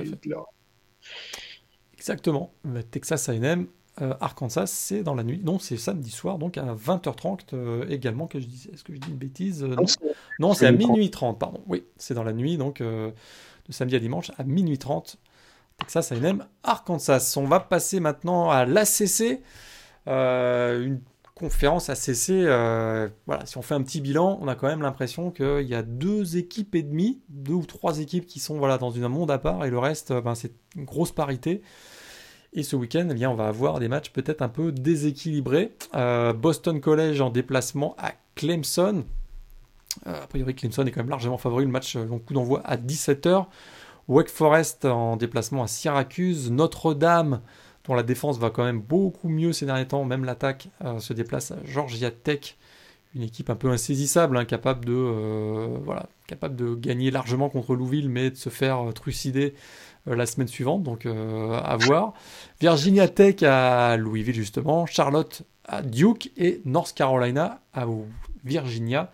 Exactement. Texas A&M, Arkansas, c'est dans la nuit. Non, c'est samedi soir, donc à 20h30 également. Est-ce que je dis une bêtise? Non, c'est à minuit 30, pardon. Oui, c'est dans la nuit, donc de samedi à dimanche à minuit 30. Texas A&M, Arkansas. On va passer maintenant à l'ACC. Une conférence ACC. Voilà, si on fait un petit bilan, on a quand même l'impression qu'il y a 2 équipes et demie, 2 ou 3 équipes qui sont dans un monde à part, et le reste, c'est une grosse parité. Et ce week-end, eh bien, on va avoir des matchs peut-être un peu déséquilibrés. Boston College en déplacement à Clemson. A priori, Clemson est quand même largement favori. Le match, long coup d'envoi à 17h. Wake Forest en déplacement à Syracuse. Notre-Dame, dont la défense va quand même beaucoup mieux ces derniers temps. Même l'attaque se déplace à Georgia Tech. Une équipe un peu insaisissable, capable de gagner largement contre Louisville, mais de se faire trucider la semaine suivante, donc à voir. Virginia Tech à Louisville justement, Charlotte à Duke et North Carolina à Virginia.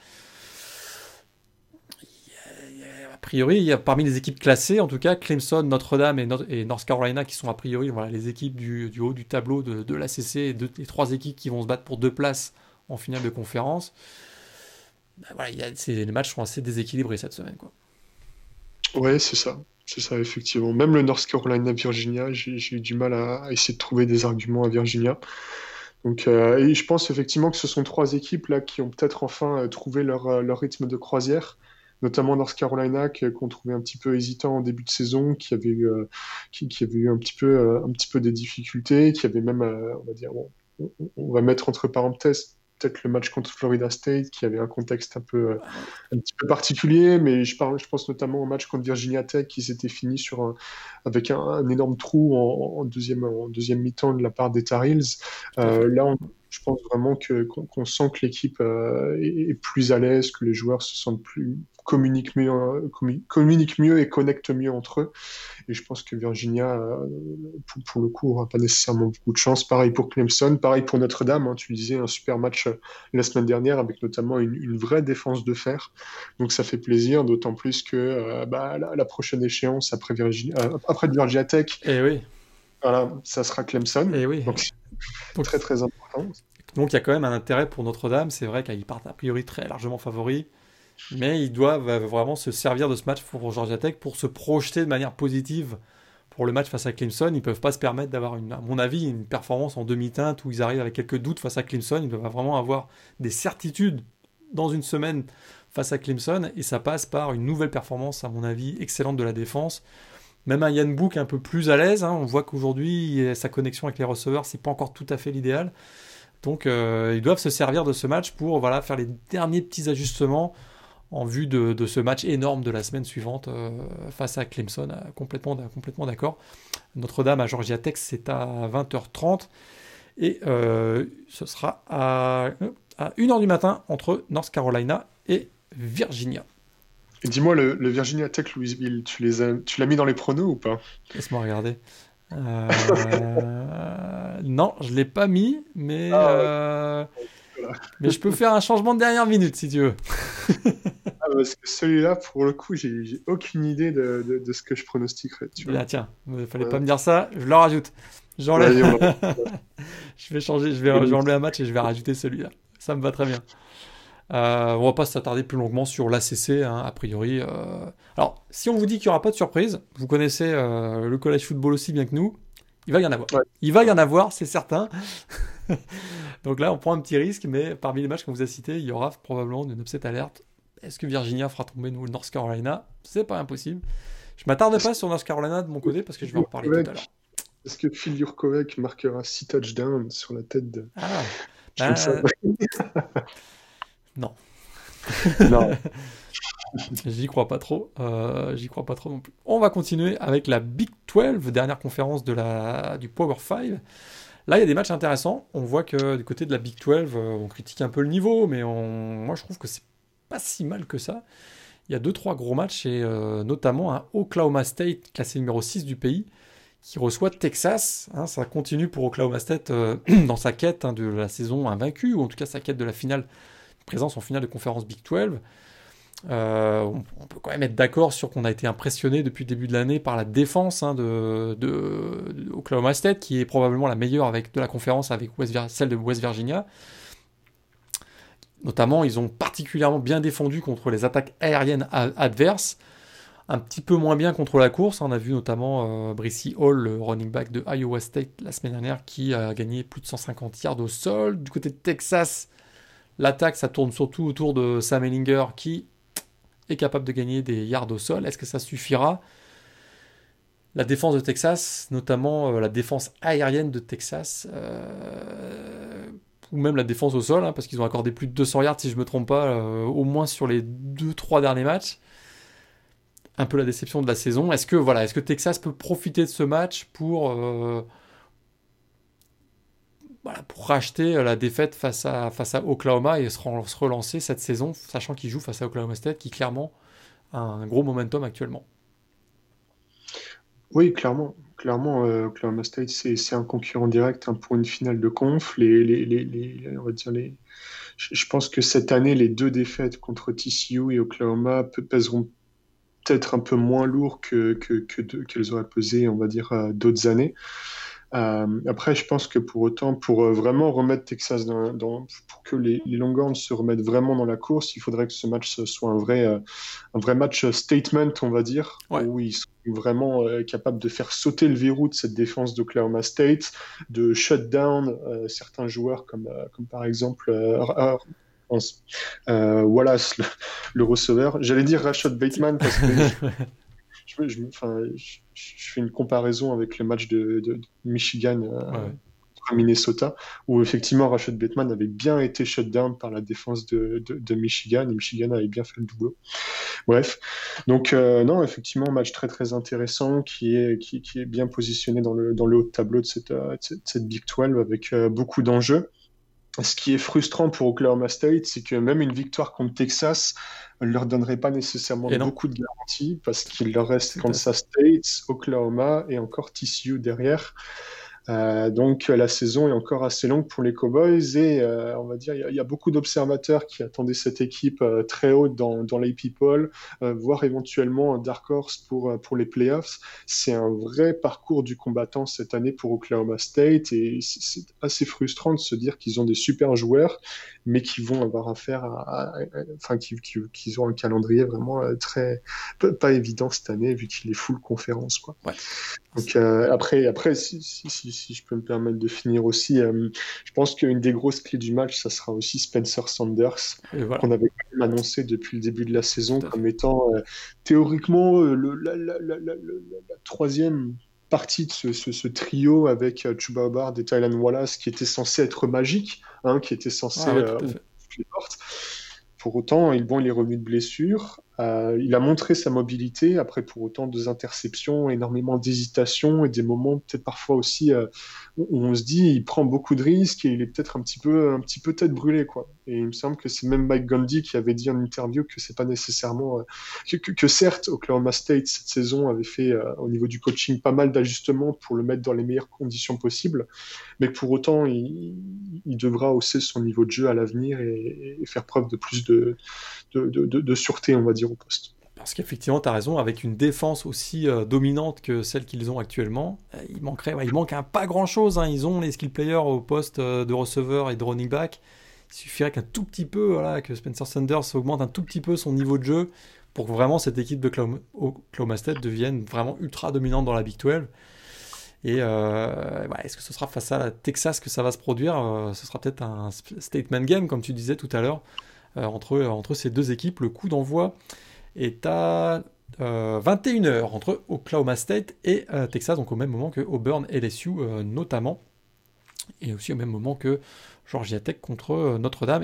A priori, il y a parmi les équipes classées, en tout cas, Clemson, Notre-Dame et North Carolina qui sont a priori les équipes du haut du tableau de l'ACC, et les 3 équipes qui vont se battre pour 2 places en finale de conférence. Les matchs sont assez déséquilibrés cette semaine, quoi.
Ouais, c'est ça. C'est ça, effectivement. Même le North Carolina-Virginia, j'ai eu du mal à essayer de trouver des arguments à Virginia. Donc, et je pense effectivement que ce sont 3 équipes là qui ont peut-être enfin trouvé leur rythme de croisière, notamment North Carolina qu'on trouvait un petit peu hésitant en début de saison, qui avait eu un petit peu des difficultés, qui avait même, on va dire, on va mettre entre parenthèses peut-être le match contre Florida State, qui avait un contexte un petit peu particulier, mais je pense notamment au match contre Virginia Tech, qui s'était fini avec un énorme trou en deuxième mi-temps de la part des Tar Heels. Là, Je pense vraiment qu'on sent que l'équipe est plus à l'aise, que les joueurs se sentent plus communiquent mieux et connectent mieux entre eux. Et je pense que Virginia, pour le coup, n'aura pas nécessairement beaucoup de chance. Pareil pour Clemson, pareil pour Notre-Dame. Hein, tu disais un super match la semaine dernière avec notamment une vraie défense de fer. Donc ça fait plaisir, d'autant plus que la prochaine échéance après Virginia Tech,
Et oui,
voilà, ça sera Clemson.
et oui.
Donc c'est
Donc,
très très important.
donc il y a quand même un intérêt pour Notre-Dame. C'est vrai qu'ils partent a priori très largement favoris. Mais ils doivent vraiment se servir de ce match pour Georgia Tech pour se projeter de manière positive pour le match face à Clemson. Ils ne peuvent pas se permettre d'avoir, à mon avis, une performance en demi-teinte où ils arrivent avec quelques doutes face à Clemson. Ils doivent vraiment avoir des certitudes dans une semaine face à Clemson. Et ça passe par une nouvelle performance, à mon avis, excellente de la défense. Même un Ian Book un peu plus à l'aise. Hein. On voit qu'aujourd'hui, sa connexion avec les receveurs, c'est pas encore tout à fait l'idéal. Donc, ils doivent se servir de ce match pour faire les derniers petits ajustements en vue de ce match énorme de la semaine suivante face à Clemson. Complètement d'accord. Notre-Dame à Georgia Tech, c'est à 20h30. Et ce sera à 1h du matin entre North Carolina et Virginia.
Et dis-moi, le Virginia Tech Louisville, tu l'as mis dans les pronos ou pas?
Laisse-moi regarder. Non, je ne l'ai pas mis, mais,
Voilà.
mais je peux faire un changement de dernière minute si tu veux.
Parce que celui-là, pour le coup, j'ai aucune idée de ce que je pronostiquerais. Tu vois.
Là, tiens, il ne fallait
Ouais.
pas me dire ça, je le rajoute. J'enlève.
Vas-y,
Je vais changer, je vais enlever un match et je vais rajouter celui-là. Ça me va très bien. On va pas s'attarder plus longuement sur l'ACC, hein, a priori. Alors, si on vous dit qu'il n'y aura pas de surprise, vous connaissez le college football aussi bien que nous, il va y en avoir.
Ouais.
Il va y en avoir, c'est certain. Donc là, on prend un petit risque, mais parmi les matchs qu'on vous a cités, il y aura probablement une upset alerte. Est-ce que Virginia fera tomber North Carolina? C'est pas impossible. Je m'attarde pas sur North Carolina de mon côté parce que je vais en reparler tout à l'heure.
Est-ce que Phil Jurkovec marquera 6 touchdowns sur la tête de...
Ah,
Je trouve ça...
non.
Non.
J'y crois pas trop. J'y crois pas trop non plus. On va continuer avec la Big 12, dernière conférence du Power 5. Là, il y a des matchs intéressants. On voit que du côté de la Big 12, on critique un peu le niveau, mais moi, je trouve que c'est pas si mal que ça. Il y a 2-3 gros matchs, et notamment un Oklahoma State, classé numéro 6 du pays, qui reçoit Texas. Hein, ça continue pour Oklahoma State dans sa quête de la saison invaincue, ou en tout cas sa quête de la finale, présence en finale de conférence Big 12. On peut quand même être d'accord sur qu'on a été impressionné depuis le début de l'année par la défense de Oklahoma State, qui est probablement la meilleure de la conférence avec celle de West Virginia. Notamment, ils ont particulièrement bien défendu contre les attaques aériennes adverses, un petit peu moins bien contre la course. On a vu notamment Brissy Hall, le running back de Iowa State la semaine dernière, qui a gagné plus de 150 yards au sol. Du côté de Texas, l'attaque, ça tourne surtout autour de Sam Ehlinger, qui est capable de gagner des yards au sol. Est-ce que ça suffira? La défense de Texas, notamment la défense aérienne de Texas, ou même la défense au sol, hein, parce qu'ils ont accordé plus de 200 yards, si je ne me trompe pas, au moins sur les 2-3 derniers matchs. Un peu la déception de la saison. Est-ce que Texas peut profiter de ce match pour racheter la défaite face à Oklahoma et se relancer cette saison, sachant qu'ils jouent face à Oklahoma State, qui clairement a un gros momentum actuellement?
Oui, clairement. Clairement, Oklahoma State, c'est un concurrent direct pour une finale de conf. On va dire je pense que cette année, les deux défaites contre TCU et Oklahoma pèseront peut-être un peu moins lourd qu'elles auraient pesé, on va dire, d'autres années. Après, je pense que pour autant, pour vraiment remettre Texas pour que les Longhorns se remettent vraiment dans la course, il faudrait que ce match soit un vrai match statement, on va dire,
Ouais.
où ils sont vraiment capables de faire sauter le verrou de cette défense d'Oklahoma State, de shut down certains joueurs comme par exemple Wallace, le receveur. J'allais dire Rashad Bateman parce que je fais une comparaison avec le match de Michigan contre Minnesota, où effectivement Rashad Bateman avait bien été shut down par la défense de Michigan, et Michigan avait bien fait le doublon. Bref, donc non, effectivement, match très très intéressant qui est bien positionné dans le haut de tableau de cette Big 12 avec beaucoup d'enjeux. Ce qui est frustrant pour Oklahoma State, c'est que même une victoire contre Texas ne leur donnerait pas nécessairement
Et non,
beaucoup de garanties parce qu'il leur reste
tout à fait.
Kansas State, Oklahoma et encore TCU derrière. Donc la saison est encore assez longue pour les Cowboys et on va dire il y a beaucoup d'observateurs qui attendaient cette équipe très haute dans les people, voire éventuellement un dark horse pour les playoffs. C'est un vrai parcours du combattant cette année pour Oklahoma State et c'est assez frustrant de se dire qu'ils ont des super joueurs, mais qui vont avoir affaire enfin qu'ils ont un calendrier vraiment très pas évident cette année vu qu'il est full conférence quoi.
Ouais.
Donc après si je peux me permettre de finir aussi, je pense qu'une des grosses clés du match, ça sera aussi Spencer Sanders,
Et voilà,
qu'on avait quand même annoncé depuis le début de la saison
tout à
comme
fait.
étant théoriquement la troisième partie de ce trio avec Chuba Hubbard et Tylan Wallace qui était censé être magique, hein, qui était censé
Ah ouais, tout à
ouvrir
fait.
toutes les portes. Pour autant, il est revenu de blessure. Il a montré sa mobilité. Après, pour autant, 2 interceptions, énormément d'hésitation et des moments peut-être parfois aussi où on se dit il prend beaucoup de risques et il est peut-être un petit peu tête brûlée, quoi. Et il me semble que c'est même Mike Gundy qui avait dit en interview que c'est pas nécessairement que certes Oklahoma State cette saison avait fait au niveau du coaching pas mal d'ajustements pour le mettre dans les meilleures conditions possibles, mais pour autant, il devra hausser son niveau de jeu à l'avenir et faire preuve de plus de sûreté, on va dire, au poste.
Parce qu'effectivement, tu as raison, avec une défense aussi dominante que celle qu'ils ont actuellement, il manque pas grand-chose. Hein. Ils ont les skill players au poste de receveur et de running back. Il suffirait qu'un tout petit peu, voilà, que Spencer Sanders augmente un tout petit peu son niveau de jeu pour que vraiment cette équipe de Oklahoma State devienne vraiment ultra dominante dans la Big 12. Et est-ce que ce sera face à la Texas que ça va se produire? Ce sera peut-être un statement game, comme tu disais tout à l'heure, entre ces deux équipes. Le coup d'envoi est à 21h entre Oklahoma State et Texas, donc au même moment que Auburn et LSU notamment, et aussi au même moment que Georgia Tech contre Notre-Dame,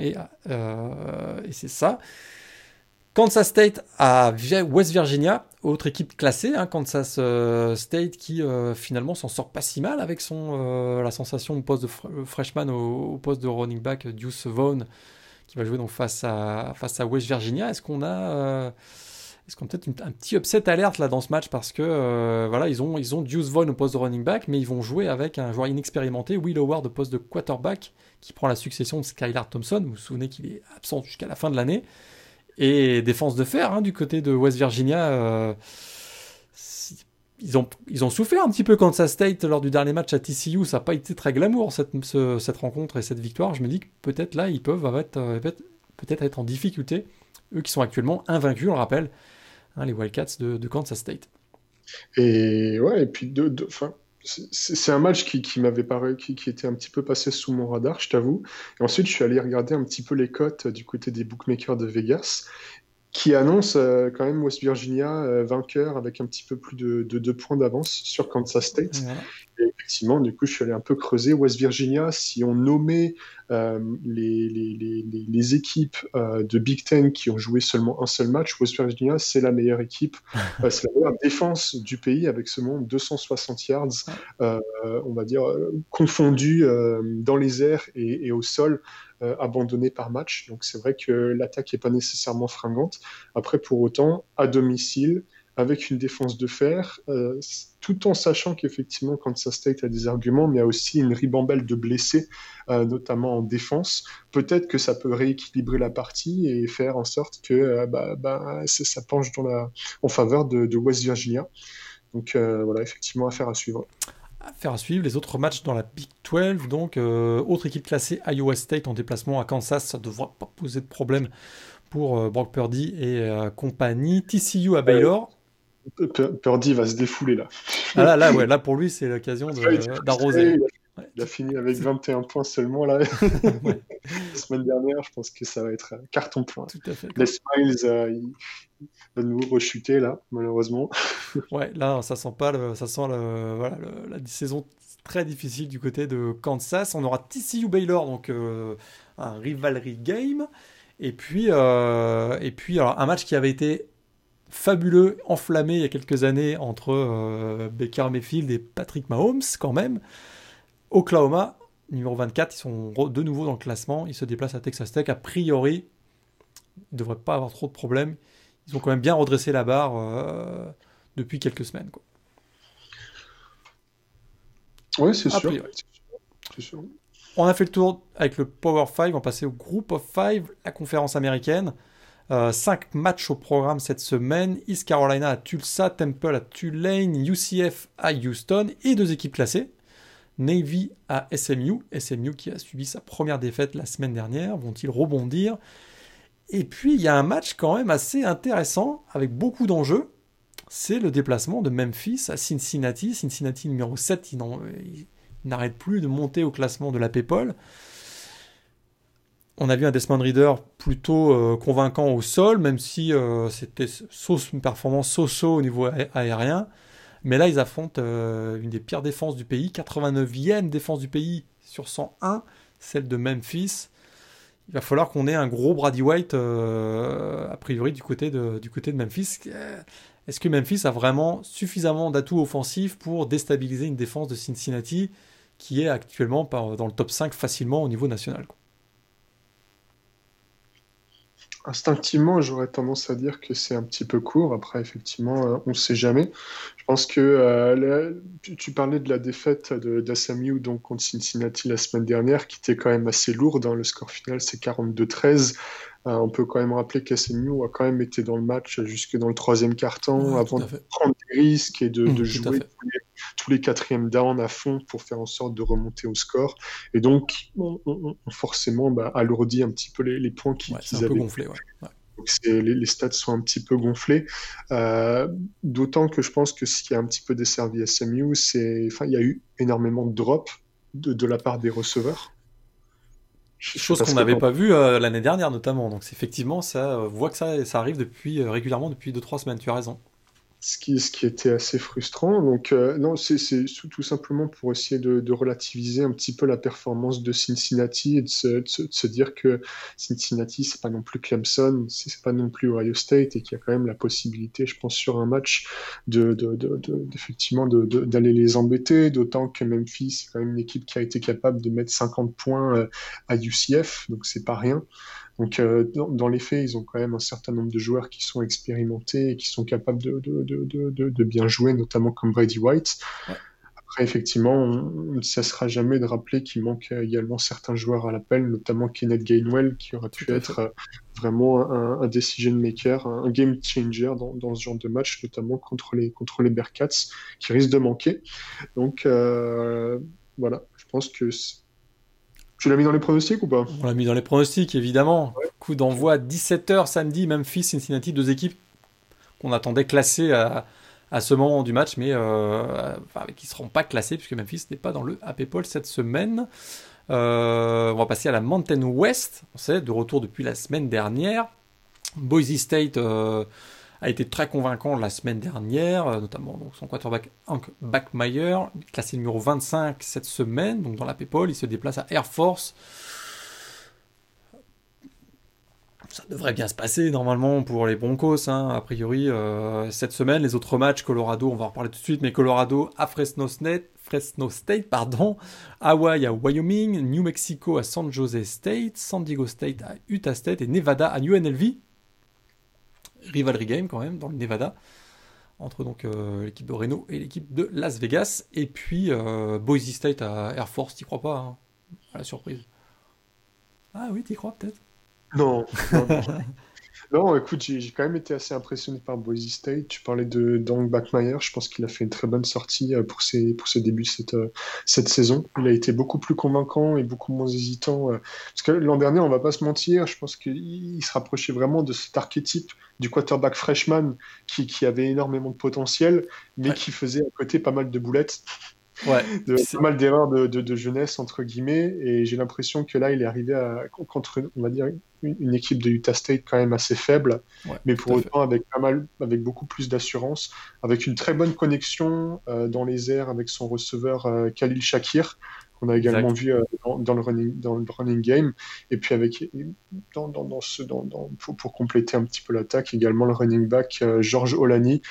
et c'est ça. Kansas State à West Virginia, autre équipe classée, hein, Kansas State qui finalement s'en sort pas si mal avec la sensation de poste de freshman au poste de running back Deuce Vaughn qui va jouer donc face à West Virginia. Est-ce qu'on a peut-être un petit upset alerte là dans ce match parce que voilà ils ont Deuce Vaughn au poste de running back, mais ils vont jouer avec un joueur inexpérimenté, Will Howard au poste de quarterback, qui prend la succession de Skylar Thompson. Vous vous souvenez qu'il est absent jusqu'à la fin de l'année. Et défense de fer du côté de West Virginia. Ils ont souffert un petit peu Kansas State lors du dernier match à TCU. Ça n'a pas été très glamour cette rencontre et cette victoire. Je me dis que peut-être là ils peuvent peut-être être en difficulté. Eux qui sont actuellement invaincus, on le rappelle, hein, les Wildcats de Kansas State.
Et ouais, et puis enfin, c'est un match qui m'avait paru, qui était un petit peu passé sous mon radar, je t'avoue. Et ensuite, je suis allé regarder un petit peu les cotes du côté des bookmakers de Vegas, qui annonce quand même West Virginia vainqueur avec un petit peu plus de 2 points d'avance sur Kansas State.
Voilà.
Et effectivement, du coup, je suis allé un peu creuser West Virginia. Si on nommait les équipes de Big Ten qui ont joué seulement un seul match, West Virginia, c'est la meilleure équipe. C'est la meilleure défense du pays avec seulement 260 yards,
Ouais.
on va dire, confondus dans les airs et au sol. Abandonnés par match. Donc c'est vrai que l'attaque n'est pas nécessairement fringante. Après, pour autant, à domicile, avec une défense de fer, tout en sachant qu'effectivement, Kansas State a des arguments, mais a aussi une ribambelle de blessés, notamment en défense. Peut-être que ça peut rééquilibrer la partie et faire en sorte que ça penche en faveur de West Virginia. Donc voilà, effectivement, affaire à suivre.
Affaire à suivre. Les autres matchs dans la Big 12, donc autre équipe classée, Iowa State en déplacement à Kansas, ça ne devrait pas poser de problème pour Brock Purdy et compagnie. TCU à Baylor.
Purdy va se défouler là.
Ah là, ouais, là pour lui c'est l'occasion d'arroser. Ouais,
Il a fini avec 21 points seulement là.
ouais,
La semaine dernière, je pense que ça va être carton plein.
tout à fait.
Les Smiles, il va de nouveau rechuter là, malheureusement.
Ouais, là ça sent la saison très difficile du côté de Kansas. On aura TCU Baylor, donc un rivalry game. Et puis alors, un match qui avait été fabuleux, enflammé il y a quelques années entre Baker Mayfield et Patrick Mahomes quand même. Oklahoma numéro 24, ils sont de nouveau dans le classement. Ils se déplacent à Texas Tech. A priori, ils ne devraient pas avoir trop de problèmes. Ils ont quand même bien redressé la barre depuis quelques semaines, quoi.
Oui, c'est
A
sûr.
priori.
C'est sûr.
On a fait le tour avec le Power 5. On va passer au Group of 5, la conférence américaine. 5 matchs au programme cette semaine. East Carolina à Tulsa, Temple à Tulane, UCF à Houston et 2 équipes classées. Navy à SMU. SMU qui a subi sa première défaite la semaine dernière. Vont-ils rebondir? Et puis il y a un match quand même assez intéressant avec beaucoup d'enjeux. C'est le déplacement de Memphis à Cincinnati. Cincinnati numéro 7, il n'arrête plus de monter au classement de la Paypal. On a vu un Desmond Reader plutôt convaincant au sol, même si c'était une performance so-so au niveau aérien. Mais là, ils affrontent une des pires défenses du pays, 89e défense du pays sur 101, celle de Memphis. Il va falloir qu'on ait un gros Brady White, a priori, du côté de Memphis. Est-ce que Memphis a vraiment suffisamment d'atouts offensifs pour déstabiliser une défense de Cincinnati qui est actuellement dans le top 5 facilement au niveau national, quoi?
Instinctivement, j'aurais tendance à dire que c'est un petit peu court. Après, effectivement, on ne sait jamais. Je pense que tu parlais de la défaite d'SMU donc contre Cincinnati la semaine dernière, qui était quand même assez lourde, hein. Le score final, c'est 42-13. On peut quand même rappeler qu'SMU a quand même été dans le match jusque dans le troisième quart-temps,
Ouais,
avant
tout à
de
fait.
prendre des risques et de
Tout à
jouer
fait.
tous les quatrièmes downs à fond pour faire en sorte de remonter au score. Et donc, on forcément alourdit un petit peu les points
Ouais, c'est
qu'ils
un peu
avaient.
gonflé, ouais. Ouais.
Donc les stats sont un petit peu gonflés. D'autant que je pense que ce qui a un petit peu desservi SMU, il y a eu énormément de drops de la part des receveurs. Je sais
Chose
pas
qu'on
ce que
n'avait
t'en-
pas vue l'année dernière notamment. Donc effectivement, on voit que ça arrive régulièrement depuis 2-3 semaines. Tu as raison.
ce qui était assez frustrant. Donc, non, c'est tout simplement pour essayer de relativiser un petit peu la performance de Cincinnati et de se dire que Cincinnati, c'est pas non plus Clemson, c'est pas non plus Ohio State et qu'il y a quand même la possibilité, je pense, sur un match effectivement d'aller les embêter. D'autant que Memphis, c'est quand même une équipe qui a été capable de mettre 50 points à UCF, donc c'est pas rien. Donc, dans les faits, ils ont quand même un certain nombre de joueurs qui sont expérimentés et qui sont capables de bien jouer, notamment comme Brady White.
Ouais,
Après, effectivement, on ne cessera jamais de rappeler qu'il manque également certains joueurs à l'appel, notamment Kenneth Gainwell, qui aurait
tout
pu
à
être
fait.
vraiment un decision maker, un game changer dans ce genre de match, notamment contre les Bearcats, qui risque de manquer. Donc, voilà, je pense que... Tu l'as mis dans les pronostics ou pas?
On l'a mis dans les pronostics, évidemment. Coup
Ok.
d'envoi 17h samedi, Memphis, Cincinnati, 2 équipes qu'on attendait classées à ce moment du match, mais qui ne seront pas classées puisque Memphis n'est pas dans le Happy Poll cette semaine. On va passer à la Mountain West. On sait, de retour depuis la semaine dernière. Boise State a été très convaincant la semaine dernière, notamment donc, son quarterback Hank Backmeyer, classé numéro 25 cette semaine, donc dans la Paypal. Il se déplace à Air Force. Ça devrait bien se passer normalement pour les Broncos, hein, a priori. Cette semaine, les autres matchs, Colorado, on va en reparler tout de suite, mais Colorado à Fresno State, pardon, Hawaii à Wyoming, New Mexico à San Jose State, San Diego State à Utah State et Nevada à UNLV. Rivalry game quand même dans le Nevada, entre donc l'équipe de Reno et l'équipe de Las Vegas. Et puis Boise State à Air Force, t'y crois pas, hein, à la surprise. Ah oui, t'y crois peut-être.
Non, non, non. Non, écoute, j'ai quand même été assez impressionné par Boise State. Tu parlais de Dank Backmeyer. Je pense qu'il a fait une très bonne sortie pour ce début de cette saison. Il a été beaucoup plus convaincant et beaucoup moins hésitant. Parce que l'an dernier, on va pas se mentir, je pense qu'il se rapprochait vraiment de cet archétype du quarterback freshman qui avait énormément de potentiel, mais
Ouais,
qui faisait à côté pas mal de boulettes,
ouais,
pas mal d'erreurs de jeunesse, entre guillemets, et j'ai l'impression que là, il est arrivé contre, on va dire, une équipe de Utah State quand même assez faible,
ouais,
mais
tout
pour
à fait.
autant avec beaucoup plus d'assurance, avec une très bonne connexion dans les airs avec son receveur Khalil Shakir, qu'on a également
Exact.
vu dans le running game, et puis pour compléter un petit peu l'attaque, également le running back George Olani,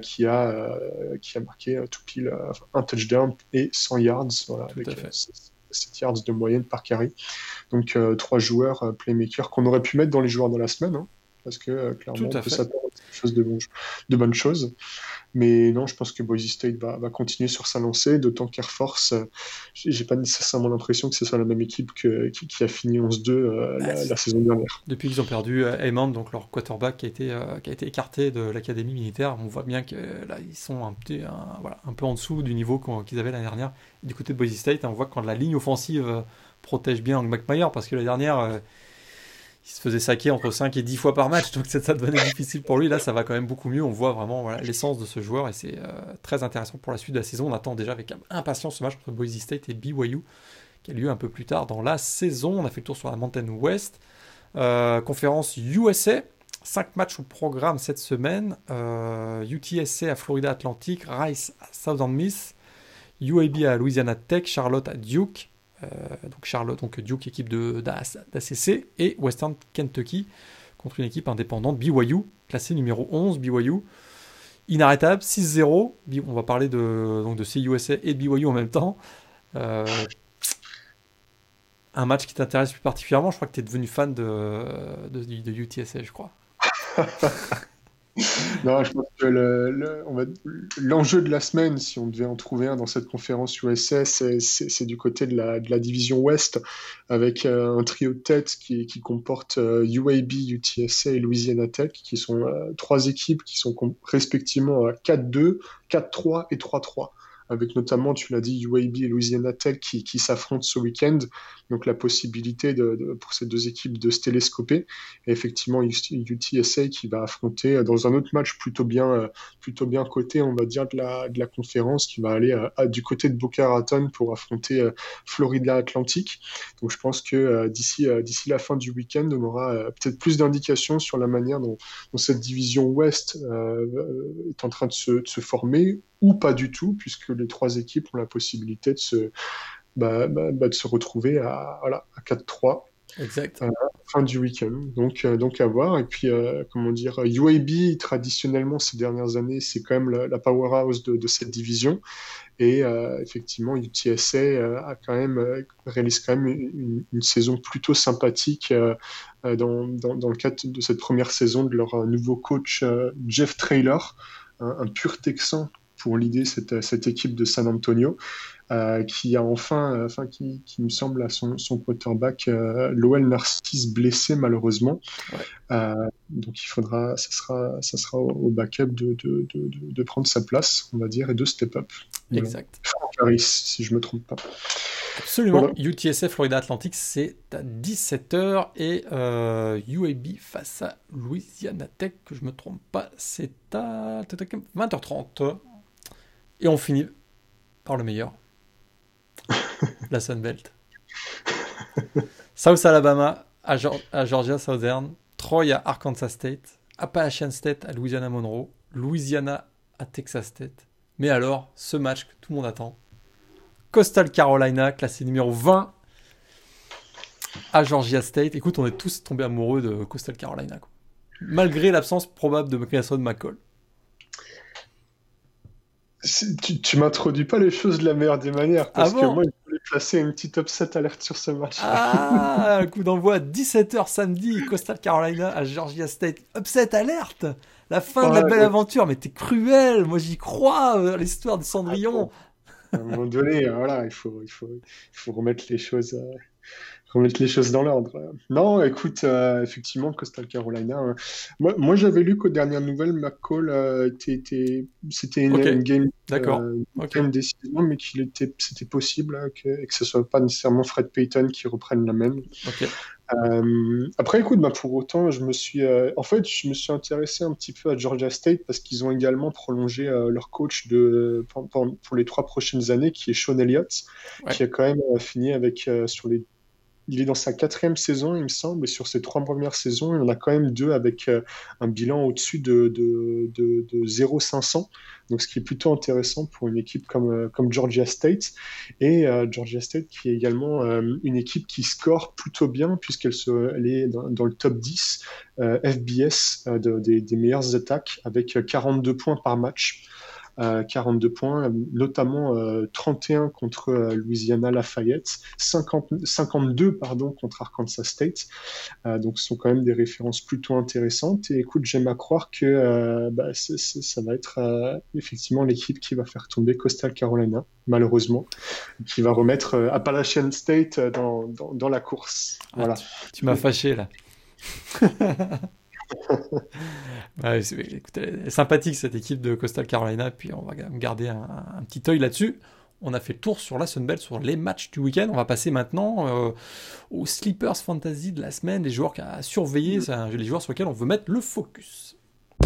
qui a marqué tout pile un touchdown et 100 yards. Voilà,
Tout à fait.
7 yards de moyenne par carry. Donc 3 joueurs playmakers qu'on aurait pu mettre dans les joueurs de la semaine, hein, parce que clairement on peut s'attendre à quelque chose de bonnes choses. Mais non, je pense que Boise State va continuer sur sa lancée, d'autant qu'Air Force, j'ai pas nécessairement l'impression que ce soit la même équipe qui a fini 11-2 la saison dernière.
Depuis qu'ils ont perdu Aymond, donc leur quarterback qui a été écarté de l'académie militaire, on voit bien que là ils sont un peu en dessous du niveau qu'ils avaient l'année dernière. Et du côté de Boise State, on voit que quand la ligne offensive protège bien Hank McMayer, parce que la dernière il se faisait saquer entre 5 et 10 fois par match, donc ça devenait difficile pour lui. Là, ça va quand même beaucoup mieux. On voit vraiment l'essence de ce joueur et c'est très intéressant pour la suite de la saison. On attend déjà avec impatience ce match entre Boise State et BYU qui a lieu un peu plus tard dans la saison. On a fait le tour sur la Mountain West. Conférence USA, 5 matchs au programme cette semaine. UTSA à Florida Atlantic, Rice à Southern Miss, UAB à Louisiana Tech, Charlotte à Duke. Donc Duke, équipe d'ACC, et Western Kentucky contre une équipe indépendante, BYU, classée numéro 11, BYU, inarrêtable, 6-0. On va parler de CUSA et de BYU en même temps. Un match qui t'intéresse plus particulièrement, je crois que tu es devenu fan de UTSA, je crois.
Non, je pense que l'enjeu de la semaine, si on devait en trouver un dans cette conférence USA, c'est du côté de la division Ouest, avec un trio de tête qui comporte UAB, UTSA et Louisiana Tech, qui sont 3 équipes qui sont respectivement à 4-2, 4-3 et 3-3. Avec notamment, tu l'as dit, UAB et Louisiana Tech qui s'affrontent ce week-end. Donc la possibilité pour ces 2 équipes de se télescoper. Et effectivement, UTSA qui va affronter dans un autre match plutôt bien coté, on va dire, de la conférence, qui va aller du côté de Boca Raton pour affronter Florida Atlantic. Donc je pense que d'ici la fin du week-end, on aura peut-être plus d'indications sur la manière dont cette division Ouest est en train de se former, ou pas du tout, puisque les 3 équipes ont la possibilité de se retrouver à 4-3
exact.
À la fin du week-end. Donc à voir. Et puis, UAB, traditionnellement, ces dernières années, c'est quand même la powerhouse de cette division. Et effectivement, UTSA réalise quand même une saison plutôt sympathique dans le cadre de cette première saison de leur nouveau coach Jeff Traylor, un pur Texan pour l'idée, cette équipe de San Antonio, qui a qui me semble à son quarterback Lowell Narcisse blessé malheureusement. Ouais. Donc ça sera au backup de prendre sa place, on va dire, et de step up.
Exact.
Frank Harris, si je me trompe pas.
Absolument. Voilà. UTSA Florida Atlantic, c'est à 17h et UAB face à Louisiana Tech, que je me trompe pas, c'est à 20h30. Et on finit par le meilleur. La Sunbelt. South Alabama à Georgia Southern, Troy à Arkansas State, Appalachian State à Louisiana Monroe, Louisiana à Texas State. Mais alors, ce match que tout le monde attend, Coastal Carolina, classé numéro 20 à Georgia State. Écoute, on est tous tombés amoureux de Coastal Carolina, quoi. Malgré l'absence probable de Mason McCall.
Tu m'introduis pas les choses de la meilleure des manières, parce que moi, je voulais placer une petite upset alerte sur ce match.
Ah, coup d'envoi 17h samedi, Coastal Carolina à Georgia State. Upset alerte, la fin de la belle aventure. Mais t'es cruel, moi j'y crois, l'histoire de Cendrillon.
À un moment donné, voilà, il faut remettre les choses. Remettre les choses dans l'ordre. Non, écoute, effectivement, Coastal Carolina. Moi, j'avais lu qu'aux dernières nouvelles, McCall c'était une game, une décision, mais c'était possible et que ce soit pas nécessairement Fred Payton qui reprenne la main.
Okay.
Après, écoute, pour autant, je me suis intéressé un petit peu à Georgia State parce qu'ils ont également prolongé leur coach pour les 3 prochaines années, qui est Sean Elliott, qui a quand même fini avec il est dans sa 4e saison, il me semble, et sur ses 3 premières saisons, il en a quand même 2 avec un bilan au-dessus de 0,500. Donc, ce qui est plutôt intéressant pour une équipe comme Georgia State. Et Georgia State, qui est également une équipe qui score plutôt bien, puisqu'elle est dans le top 10 FBS des meilleures attaques, avec 42 points par match. 42 points, notamment 31 contre Louisiana Lafayette, 52 pardon, contre Arkansas State. Donc, ce sont quand même des références plutôt intéressantes. Et écoute, j'aime à croire que ça va être effectivement l'équipe qui va faire tomber Coastal Carolina, malheureusement, qui va remettre Appalachian State dans la course. Voilà.
Tu m'as fâché là. Écoute, elle est sympathique cette équipe de Coastal Carolina, puis on va garder un petit œil là-dessus. On a fait le tour sur la Sunbelt, sur les matchs du week-end. On va passer maintenant aux Sleepers Fantasy de la semaine, les joueurs à surveiller, les joueurs sur lesquels on veut mettre le focus.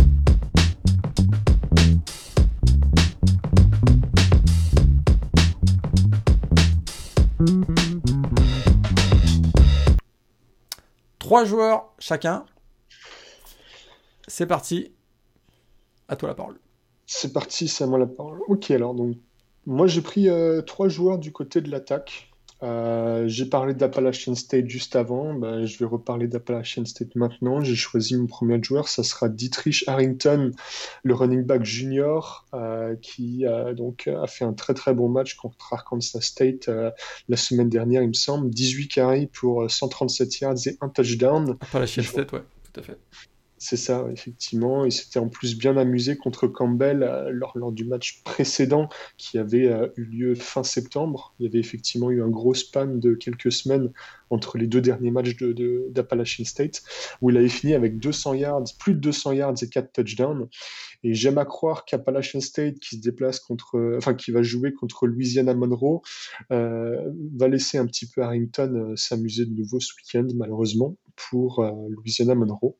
Trois joueurs chacun. C'est parti. À toi la parole.
C'est parti, c'est à moi la parole. Ok, alors donc moi j'ai pris 3 joueurs du côté de l'attaque. J'ai parlé d'Appalachian State juste avant, je vais reparler d'Appalachian State maintenant. J'ai choisi mon premier joueur, ça sera Dietrich Harrington, le running back junior, qui a fait un très très bon match contre Arkansas State la semaine dernière, il me semble. 18 carries pour 137 yards et un touchdown.
Appalachian State, ouais, tout à fait.
C'est ça, effectivement. Il s'était en plus bien amusé contre Campbell lors du match précédent qui avait eu lieu fin septembre. Il y avait effectivement eu un gros span de quelques semaines entre les 2 derniers matchs d'Appalachian State, où il avait fini avec 200 yards, plus de 200 yards et 4 touchdowns. Et j'aime à croire qu'Appalachian State, qui va jouer contre Louisiana Monroe, va laisser un petit peu Harrington s'amuser de nouveau ce week-end, malheureusement, pour Louisiana Monroe.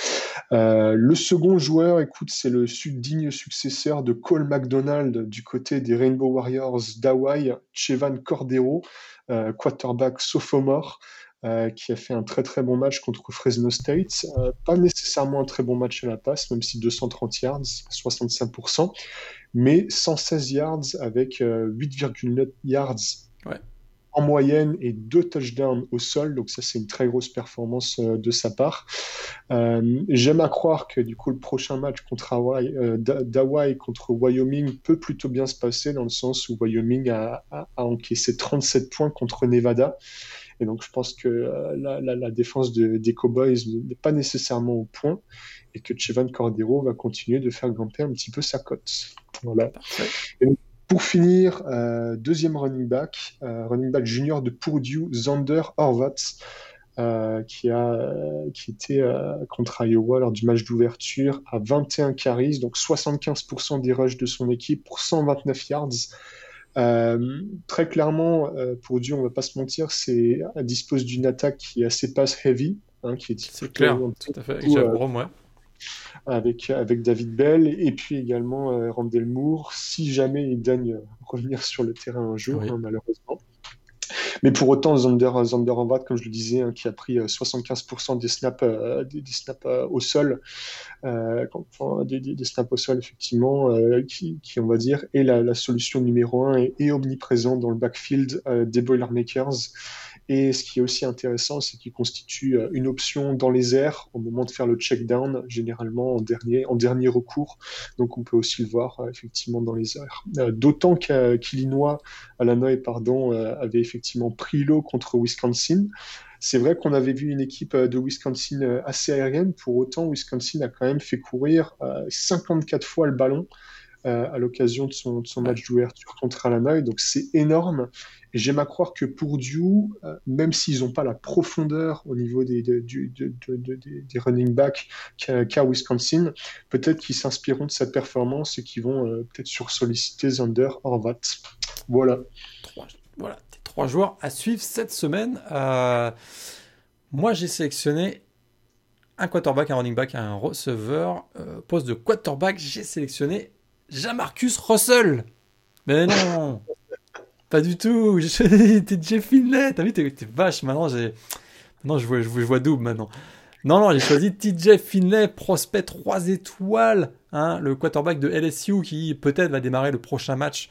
Le second joueur, écoute, c'est le digne successeur de Cole McDonald du côté des Rainbow Warriors d'Hawaï, Chevan Cordero, quarterback sophomore, qui a fait un très très bon match contre Fresno State. Pas nécessairement un très bon match à la passe, même si 230 yards, 65%, mais 116 yards avec 8,9 yards.
Ouais.
En moyenne et 2 touchdowns au sol, donc ça c'est une très grosse performance de sa part. J'aime à croire que du coup le prochain match contre d'Hawaï contre Wyoming peut plutôt bien se passer, dans le sens où Wyoming a encaissé 37 points contre Nevada. Et donc je pense que la défense des Cowboys n'est pas nécessairement au point, et que Chevan Cordero va continuer de faire grimper un petit peu sa cote. Voilà. Et donc, pour finir, deuxième running back junior de Purdue, Zander Horvath, qui était contre Iowa lors du match d'ouverture à 21 carries, donc 75% des rushs de son équipe pour 129 yards. Très clairement, Purdue, on va pas se mentir, dispose d'une attaque qui est assez pass heavy, qui est
c'est clair, tout à fait, avec Jeff Brom, ouais.
Avec David Bell et puis également Randall Moore, si jamais il daigne revenir sur le terrain un jour,
oui.
Malheureusement. Mais pour autant, Zander Horvath, comme je le disais, qui a pris 75% des snaps au sol, des snaps au sol, effectivement, qui on va dire, est la solution numéro 1 et omniprésent dans le backfield des Boilermakers. Et ce qui est aussi intéressant, c'est qu'il constitue une option dans les airs au moment de faire le check down, généralement en dernier recours. Donc on peut aussi le voir effectivement dans les airs. D'autant qu'Illinois avait effectivement pris l'eau contre Wisconsin. C'est vrai qu'on avait vu une équipe de Wisconsin assez aérienne. Pour autant, Wisconsin a quand même fait courir 54 fois le ballon à l'occasion de son match d'ouverture contre Illinois. Donc c'est énorme. Et j'aime à croire que Purdue, même s'ils n'ont pas la profondeur au niveau des running backs qu'a Wisconsin, peut-être qu'ils s'inspireront de cette performance et qu'ils vont peut-être sursolliciter Zander Horvath. Voilà.
Voilà, tes 3 joueurs à suivre cette semaine. Moi, j'ai sélectionné un quarterback, un running back, un receveur. Poste de quarterback, j'ai sélectionné Jamarcus Russell. Mais non, pas du tout. T'es Jeff Finlay. T'as vu, t'es vache. Maintenant, je vois double maintenant. Non, j'ai choisi TJ Finlay, prospect 3 étoiles, le quarterback de LSU qui peut-être va démarrer le prochain match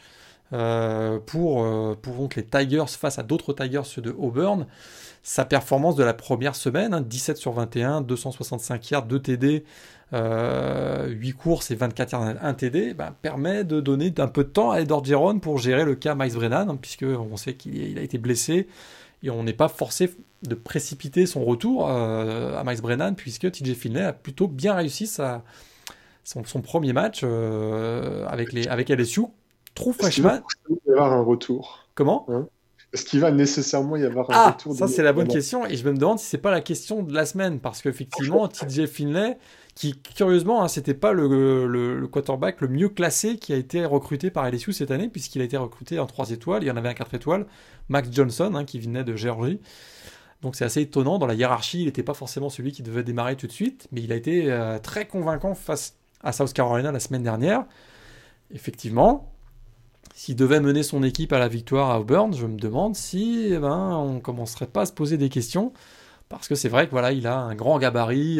pour donc les Tigers face à d'autres Tigers de Auburn. Sa performance de la première semaine, 17 sur 21, 265 yards, 2 TD, 8 courses et 24 yards, 1 TD, permet de donner un peu de temps à Ed Orgeron pour gérer le cas Miles Brennan, puisque on sait qu'il a été blessé et on n'est pas forcé de précipiter son retour à Miles Brennan, puisque TJ Finley a plutôt bien réussi son premier match avec LSU. True freshman.
Il va y avoir un retour.
Comment ?
Est-ce qu'il va nécessairement y avoir un retour?
Ça c'est la bonne question, et je me demande si c'est pas la question de la semaine, parce qu'effectivement TJ Finley, qui curieusement c'était pas le quarterback le mieux classé qui a été recruté par LSU cette année, puisqu'il a été recruté en 3 étoiles, il y en avait un 4 étoiles, Max Johnson, qui venait de Géorgie. Donc c'est assez étonnant, dans la hiérarchie il n'était pas forcément celui qui devait démarrer tout de suite, mais il a été très convaincant face à South Carolina la semaine dernière. Effectivement, s'il devait mener son équipe à la victoire à Auburn, je me demande si on commencerait pas à se poser des questions, parce que c'est vrai que voilà, il a un grand gabarit.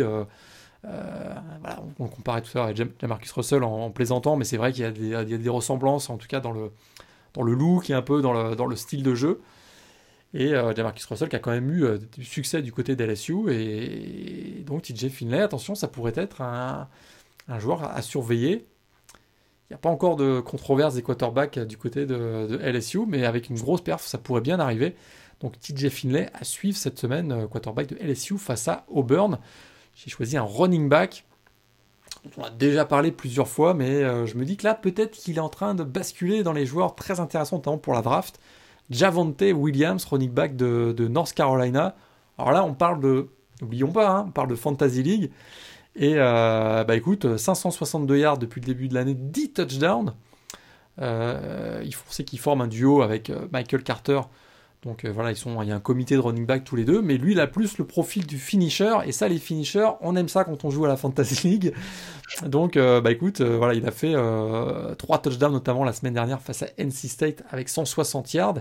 On comparait tout à l'heure à Jamarcus Russell en plaisantant, mais c'est vrai qu'il y a des ressemblances, en tout cas dans le look et un peu dans le style de jeu. Et Jamarcus Russell qui a quand même eu du succès du côté d'LSU, et donc TJ Finley, attention, ça pourrait être un joueur à surveiller. Il n'y a pas encore de controverse des quarterbacks du côté de LSU, mais avec une grosse perf, ça pourrait bien arriver. Donc TJ Finley à suivre cette semaine, quarterback de LSU face à Auburn. J'ai choisi un running back dont on a déjà parlé plusieurs fois, mais je me dis que là, peut-être qu'il est en train de basculer dans les joueurs très intéressants, notamment pour la draft. Javonte Williams, running back de North Carolina. Alors là, on parle n'oublions pas, on parle de Fantasy League. Et écoute, 562 yards depuis le début de l'année, 10 touchdowns. Il sait qu'ils forment un duo avec Michael Carter. Donc il y a un comité de running back tous les deux. Mais lui, il a plus le profil du finisher. Et ça, les finishers, on aime ça quand on joue à la Fantasy League. Donc, il a fait 3 touchdowns, notamment la semaine dernière face à NC State avec 160 yards.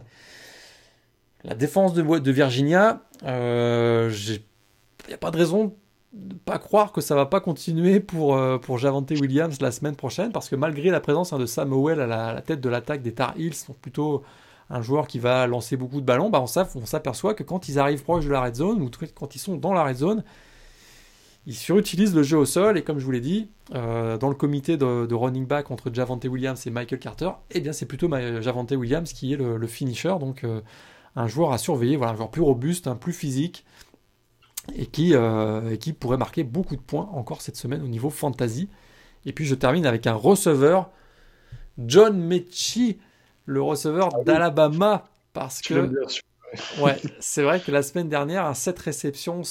La défense de Virginia, il n'y a pas de raison de pas croire que ça va pas continuer pour Javonte Williams la semaine prochaine, parce que malgré la présence de Sam Howell à la tête de l'attaque des Tar Heels, donc plutôt un joueur qui va lancer beaucoup de ballons, on s'aperçoit que quand ils arrivent proche de la red zone, ou quand ils sont dans la red zone, ils surutilisent le jeu au sol, et comme je vous l'ai dit, dans le comité de running back entre Javonte Williams et Michael Carter, c'est plutôt Javonte Williams qui est le finisher, donc un joueur à surveiller, un joueur plus robuste, plus physique, et qui pourrait marquer beaucoup de points encore cette semaine au niveau fantasy. Et puis je termine avec un receveur, John Mechie, le receveur d'Alabama, parce que c'est vrai que la semaine dernière, 7 réceptions,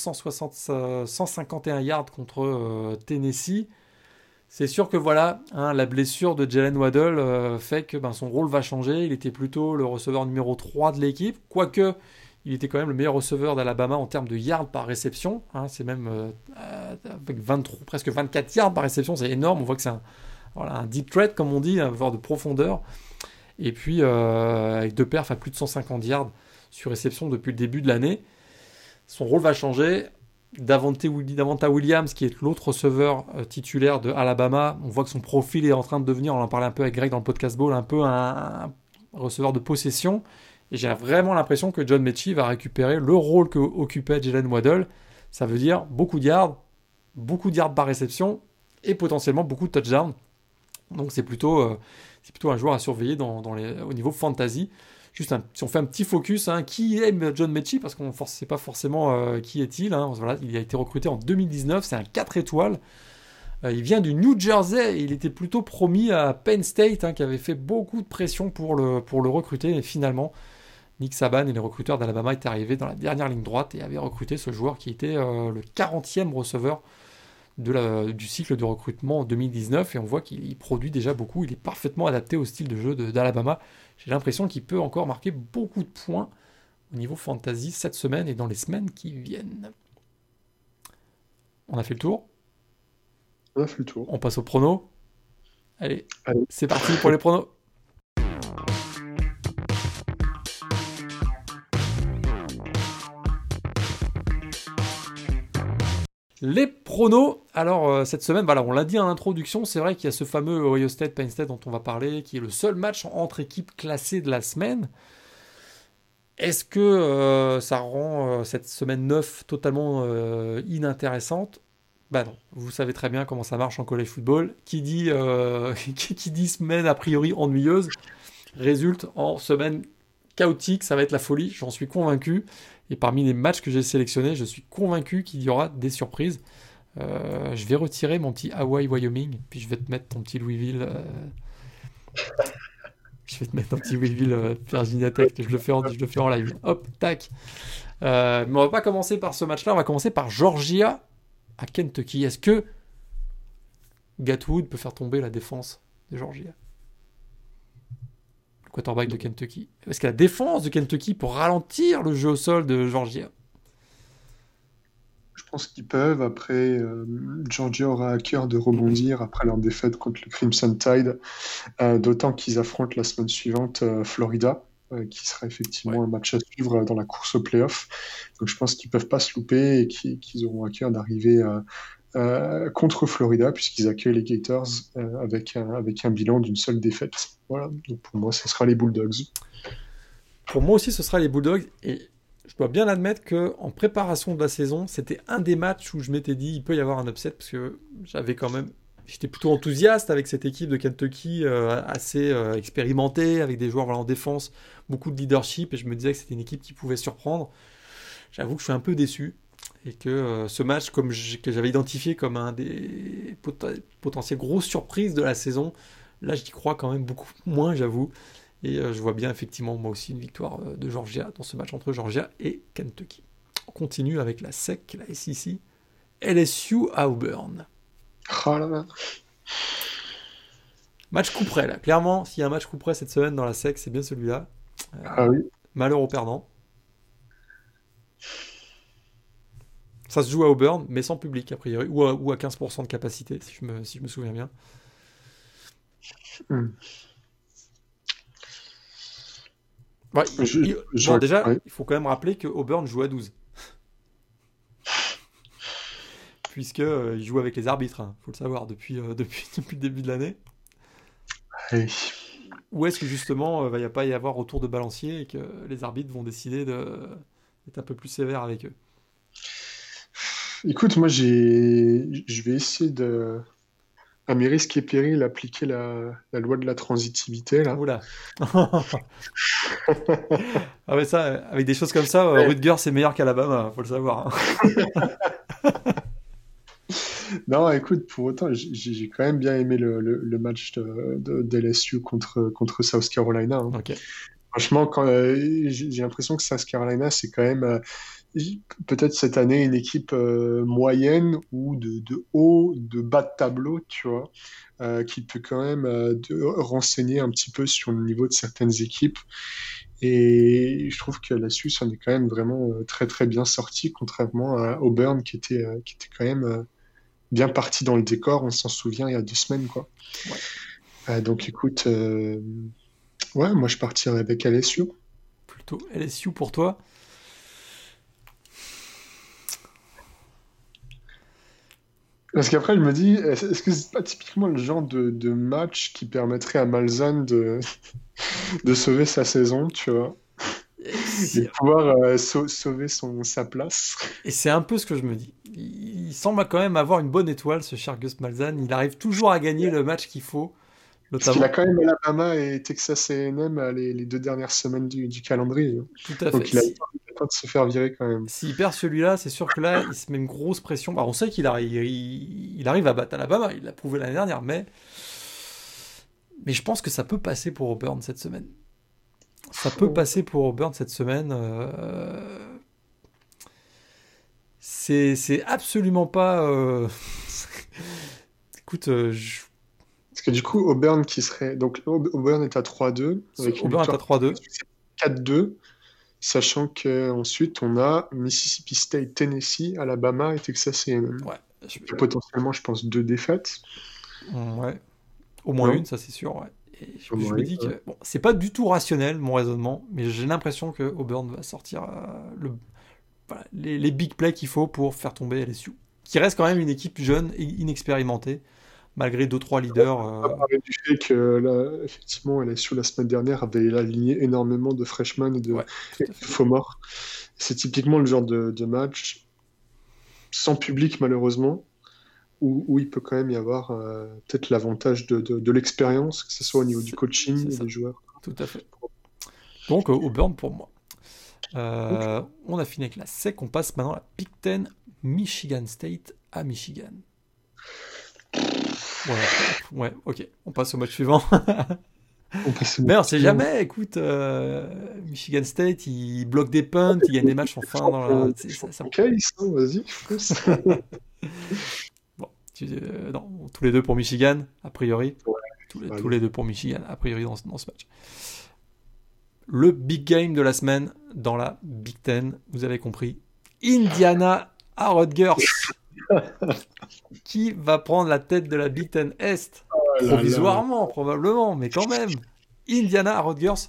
151 yards contre Tennessee. C'est sûr que la blessure de Jalen Waddle fait que son rôle va changer. Il était plutôt le receveur numéro 3 de l'équipe, quoique il était quand même le meilleur receveur d'Alabama en termes de yards par réception. C'est même avec presque 24 yards par réception, c'est énorme. On voit que c'est un deep threat, comme on dit, un joueur de profondeur. Et puis, avec 2 perfs à plus de 150 yards sur réception depuis le début de l'année. Son rôle va changer. Davante Williams, qui est l'autre receveur titulaire de Alabama, on voit que son profil est en train de devenir, on en parlait un peu avec Greg dans le podcast Ball, un peu un receveur de possession. Et j'ai vraiment l'impression que John Mechie va récupérer le rôle que occupait Jalen Waddle. Ça veut dire beaucoup de yards par réception et potentiellement beaucoup de touchdowns. Donc c'est plutôt un joueur à surveiller au niveau fantasy. Juste si on fait un petit focus, qui est John Mechie, parce qu'on ne sait pas forcément qui est-il. Il a été recruté en 2019, c'est un 4 étoiles. Il vient du New Jersey, il était plutôt promis à Penn State, qui avait fait beaucoup de pression pour le recruter, et finalement Nick Saban et les recruteurs d'Alabama étaient arrivés dans la dernière ligne droite et avaient recruté ce joueur qui était le 40e receveur du cycle de recrutement en 2019, et on voit qu'il produit déjà beaucoup, il est parfaitement adapté au style de jeu d'Alabama. J'ai l'impression qu'il peut encore marquer beaucoup de points au niveau fantasy cette semaine et dans les semaines qui viennent. On a fait le tour. On passe au prono. Allez. C'est parti pour les pronos. Les pronos, alors cette semaine, voilà, on l'a dit en introduction, c'est vrai qu'il y a ce fameux Ohio State, Penn State dont on va parler, qui est le seul match entre équipes classées de la semaine. Est-ce que ça rend cette semaine 9 totalement inintéressante? Bah non, vous savez très bien comment ça marche en college football. Qui dit, qui dit semaine a priori ennuyeuse, résulte en semaine chaotique, ça va être la folie, j'en suis convaincu. Et parmi les matchs que j'ai sélectionnés, je suis convaincu qu'il y aura des surprises. Je vais retirer mon petit Hawaii-Wyoming, puis je vais te mettre ton petit Louisville. Je vais te mettre un petit Louisville Virginia Tech, je le fais en live. Hop, tac. Mais on va pas commencer par ce match-là, on va commencer par Georgia à Kentucky. Est-ce que Gatwood peut faire tomber la défense de Georgia? Le quarterback de Kentucky. Est-ce que la défense de Kentucky peut ralentir le jeu au sol de Georgia?
Je pense qu'ils peuvent. Après, Georgia aura à cœur de rebondir après leur défaite contre le Crimson Tide, d'autant qu'ils affrontent la semaine suivante Florida, qui sera effectivement un match à suivre dans la course au playoff. Donc je pense qu'ils peuvent pas se louper et qu'ils auront à cœur d'arriver contre Florida, puisqu'ils accueillent les Gators avec un bilan d'une seule défaite. Voilà. Donc pour moi, ce sera les Bulldogs.
Pour moi aussi, ce sera les Bulldogs. Et je dois bien admettre qu'en préparation de la saison, c'était un des matchs où je m'étais dit il peut y avoir un upset, parce que j'étais plutôt enthousiaste avec cette équipe de Kentucky assez expérimentée, avec des joueurs en défense, beaucoup de leadership, et je me disais que c'était une équipe qui pouvait surprendre. J'avoue que je suis un peu déçu, et que ce match, que j'avais identifié comme un des potentielles grosses surprises de la saison, là j'y crois quand même beaucoup moins, j'avoue. Et je vois bien effectivement moi aussi une victoire de Georgia dans ce match entre Georgia et Kentucky. On continue avec la SEC, la SEC. LSU à Auburn.
Oh là là.
Match coup près là. Clairement, s'il y a un match coup près cette semaine dans la SEC, c'est bien celui-là.
Ah oui.
Malheur au perdant. Ça se joue à Auburn, mais sans public a priori, ou à 15% de capacité, si je me souviens bien. Ouais, déjà, il faut quand même rappeler que Auburn joue à 12. Puisqu'il joue avec les arbitres, il faut le savoir, depuis le début de l'année.
Oui.
Ou est-ce que justement, il ne va pas y avoir retour de balancier et que les arbitres vont décider d'être un peu plus sévères avec eux?
Écoute, moi, je vais essayer de, à mes risques et périls, appliquer la loi de la transitivité, là.
Oula. Ah ouais, ça, avec des choses comme ça, Rutgers c'est meilleur qu'Alabama, faut le savoir.
Non, écoute, pour autant, j'ai quand même bien aimé le match de LSU contre South Carolina. Hein.
Ok.
Franchement, j'ai l'impression que South Carolina, c'est quand même peut-être cette année une équipe moyenne ou de haut, de bas de tableau, tu vois, qui peut quand même renseigner un petit peu sur le niveau de certaines équipes. Et je trouve que LSU s'en est quand même vraiment très très bien sorti, contrairement à Auburn qui était quand même bien parti dans le décor, on s'en souvient il y a 2 semaines, quoi.
Ouais.
Donc écoute, ouais, moi je partirais avec LSU.
Plutôt LSU pour toi.
Parce qu'après je me dis, est-ce que c'est pas typiquement le genre de match qui permettrait à Malzahn de sauver sa saison, tu vois, et de pouvoir sauver sa place.
Et c'est un peu ce que je me dis. Il semble quand même avoir une bonne étoile, ce cher Gus Malzahn. Il arrive toujours à gagner le match qu'il faut.
Parce qu'il a quand même Alabama et Texas A&M les 2 dernières semaines du calendrier.
Tout à fait.
Donc il a le temps de se faire virer quand même.
S'il perd celui-là, c'est sûr que là, il se met une grosse pression. Bah, on sait qu'il arrive à battre Alabama, il l'a prouvé l'année dernière, mais je pense que ça peut passer pour Auburn cette semaine. Ça peut passer pour Auburn cette semaine. C'est absolument pas... Écoute,
Parce que du coup, Auburn qui serait... Donc Auburn est à 3-2. Avec
Auburn est à 3-2.
4-2. Sachant qu'ensuite, on a Mississippi State, Tennessee, Alabama et Texas A&M.
Ouais.
Potentiellement, je pense, 2 défaites.
Ouais. Au moins une, ça c'est sûr. Ouais. Et je me dis que bon, c'est pas du tout rationnel mon raisonnement, mais j'ai l'impression que Auburn va sortir les big plays qu'il faut pour faire tomber LSU, qui reste quand même une équipe jeune et inexpérimentée, malgré 2-3 leaders.
On va parler du fait que là, effectivement, LSU la semaine dernière avait aligné énormément de freshmen et
Ouais, tout
de
à fait.
sophomores. C'est typiquement le genre de match sans public malheureusement, où il peut quand même y avoir peut-être l'avantage de l'expérience, que ce soit au niveau du
C'est
coaching et
ça,
des joueurs.
tout à fait. Donc Auburn pour moi.
Ok.
On a fini avec la SEC, on passe maintenant à la Big Ten, Michigan State à Michigan. Ouais, ok, on passe au match suivant.
On passe au
Mais on
match
sait
suivant.
jamais, écoute, Michigan State, ils bloquent des punts, ils gagnent des matchs en fin dans la...
Champion case, hein, vas-y, fonce.
Bon, non, tous les deux pour Michigan, a priori.
Ouais,
Tous
allez.
les deux pour Michigan, a priori, dans ce match. Le big game de la semaine dans la Big Ten, vous avez compris. Indiana à Rutgers. Qui va prendre la tête de la Big Ten Est?
Oh là là.
Provisoirement, probablement, mais quand même. Indiana à Rutgers.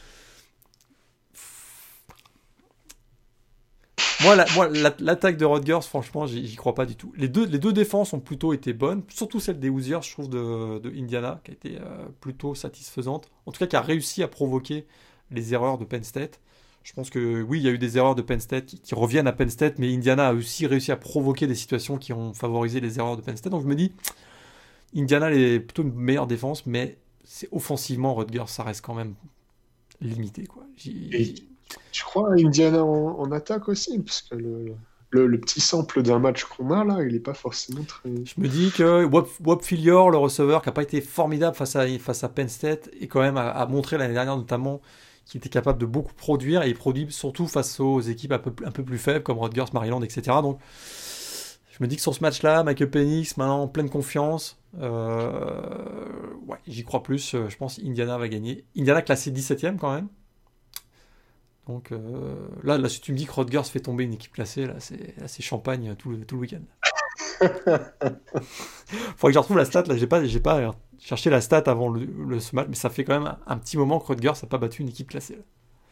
Moi, l'attaque de Rutgers, franchement, j'y crois pas du tout. Les deux défenses ont plutôt été bonnes, surtout celle des Hoosiers, je trouve, de Indiana, qui a été plutôt satisfaisante. En tout cas, qui a réussi à provoquer les erreurs de Penn State. Je pense que oui, il y a eu des erreurs de Penn State qui reviennent à Penn State, mais Indiana a aussi réussi à provoquer des situations qui ont favorisé les erreurs de Penn State. Donc je me dis, Indiana est plutôt une meilleure défense, mais c'est offensivement, Rutgers, ça reste quand même limité, quoi.
Et tu crois à Indiana en attaque aussi? Parce que le petit sample d'un match qu'on a là, il n'est pas forcément très.
Je me dis que Whop Philyor, le receveur, qui n'a pas été formidable face à Penn State, et quand même a montré l'année dernière notamment qu'il était capable de beaucoup produire, et il produit surtout face aux équipes un peu plus faibles, comme Rutgers, Maryland, etc. Donc je me dis que sur ce match-là, Michael Penix, maintenant en pleine confiance, ouais, j'y crois plus. Je pense Indiana va gagner. Indiana classé 17ème quand même. Donc là, si tu me dis que Rutgers fait tomber une équipe classée, là, c'est champagne tout le week-end. Faudrait que je retrouve la stat. Là, j'ai pas cherché la stat avant ce match, mais ça fait quand même un petit moment que Rutgers n'a pas battu une équipe classée. Là.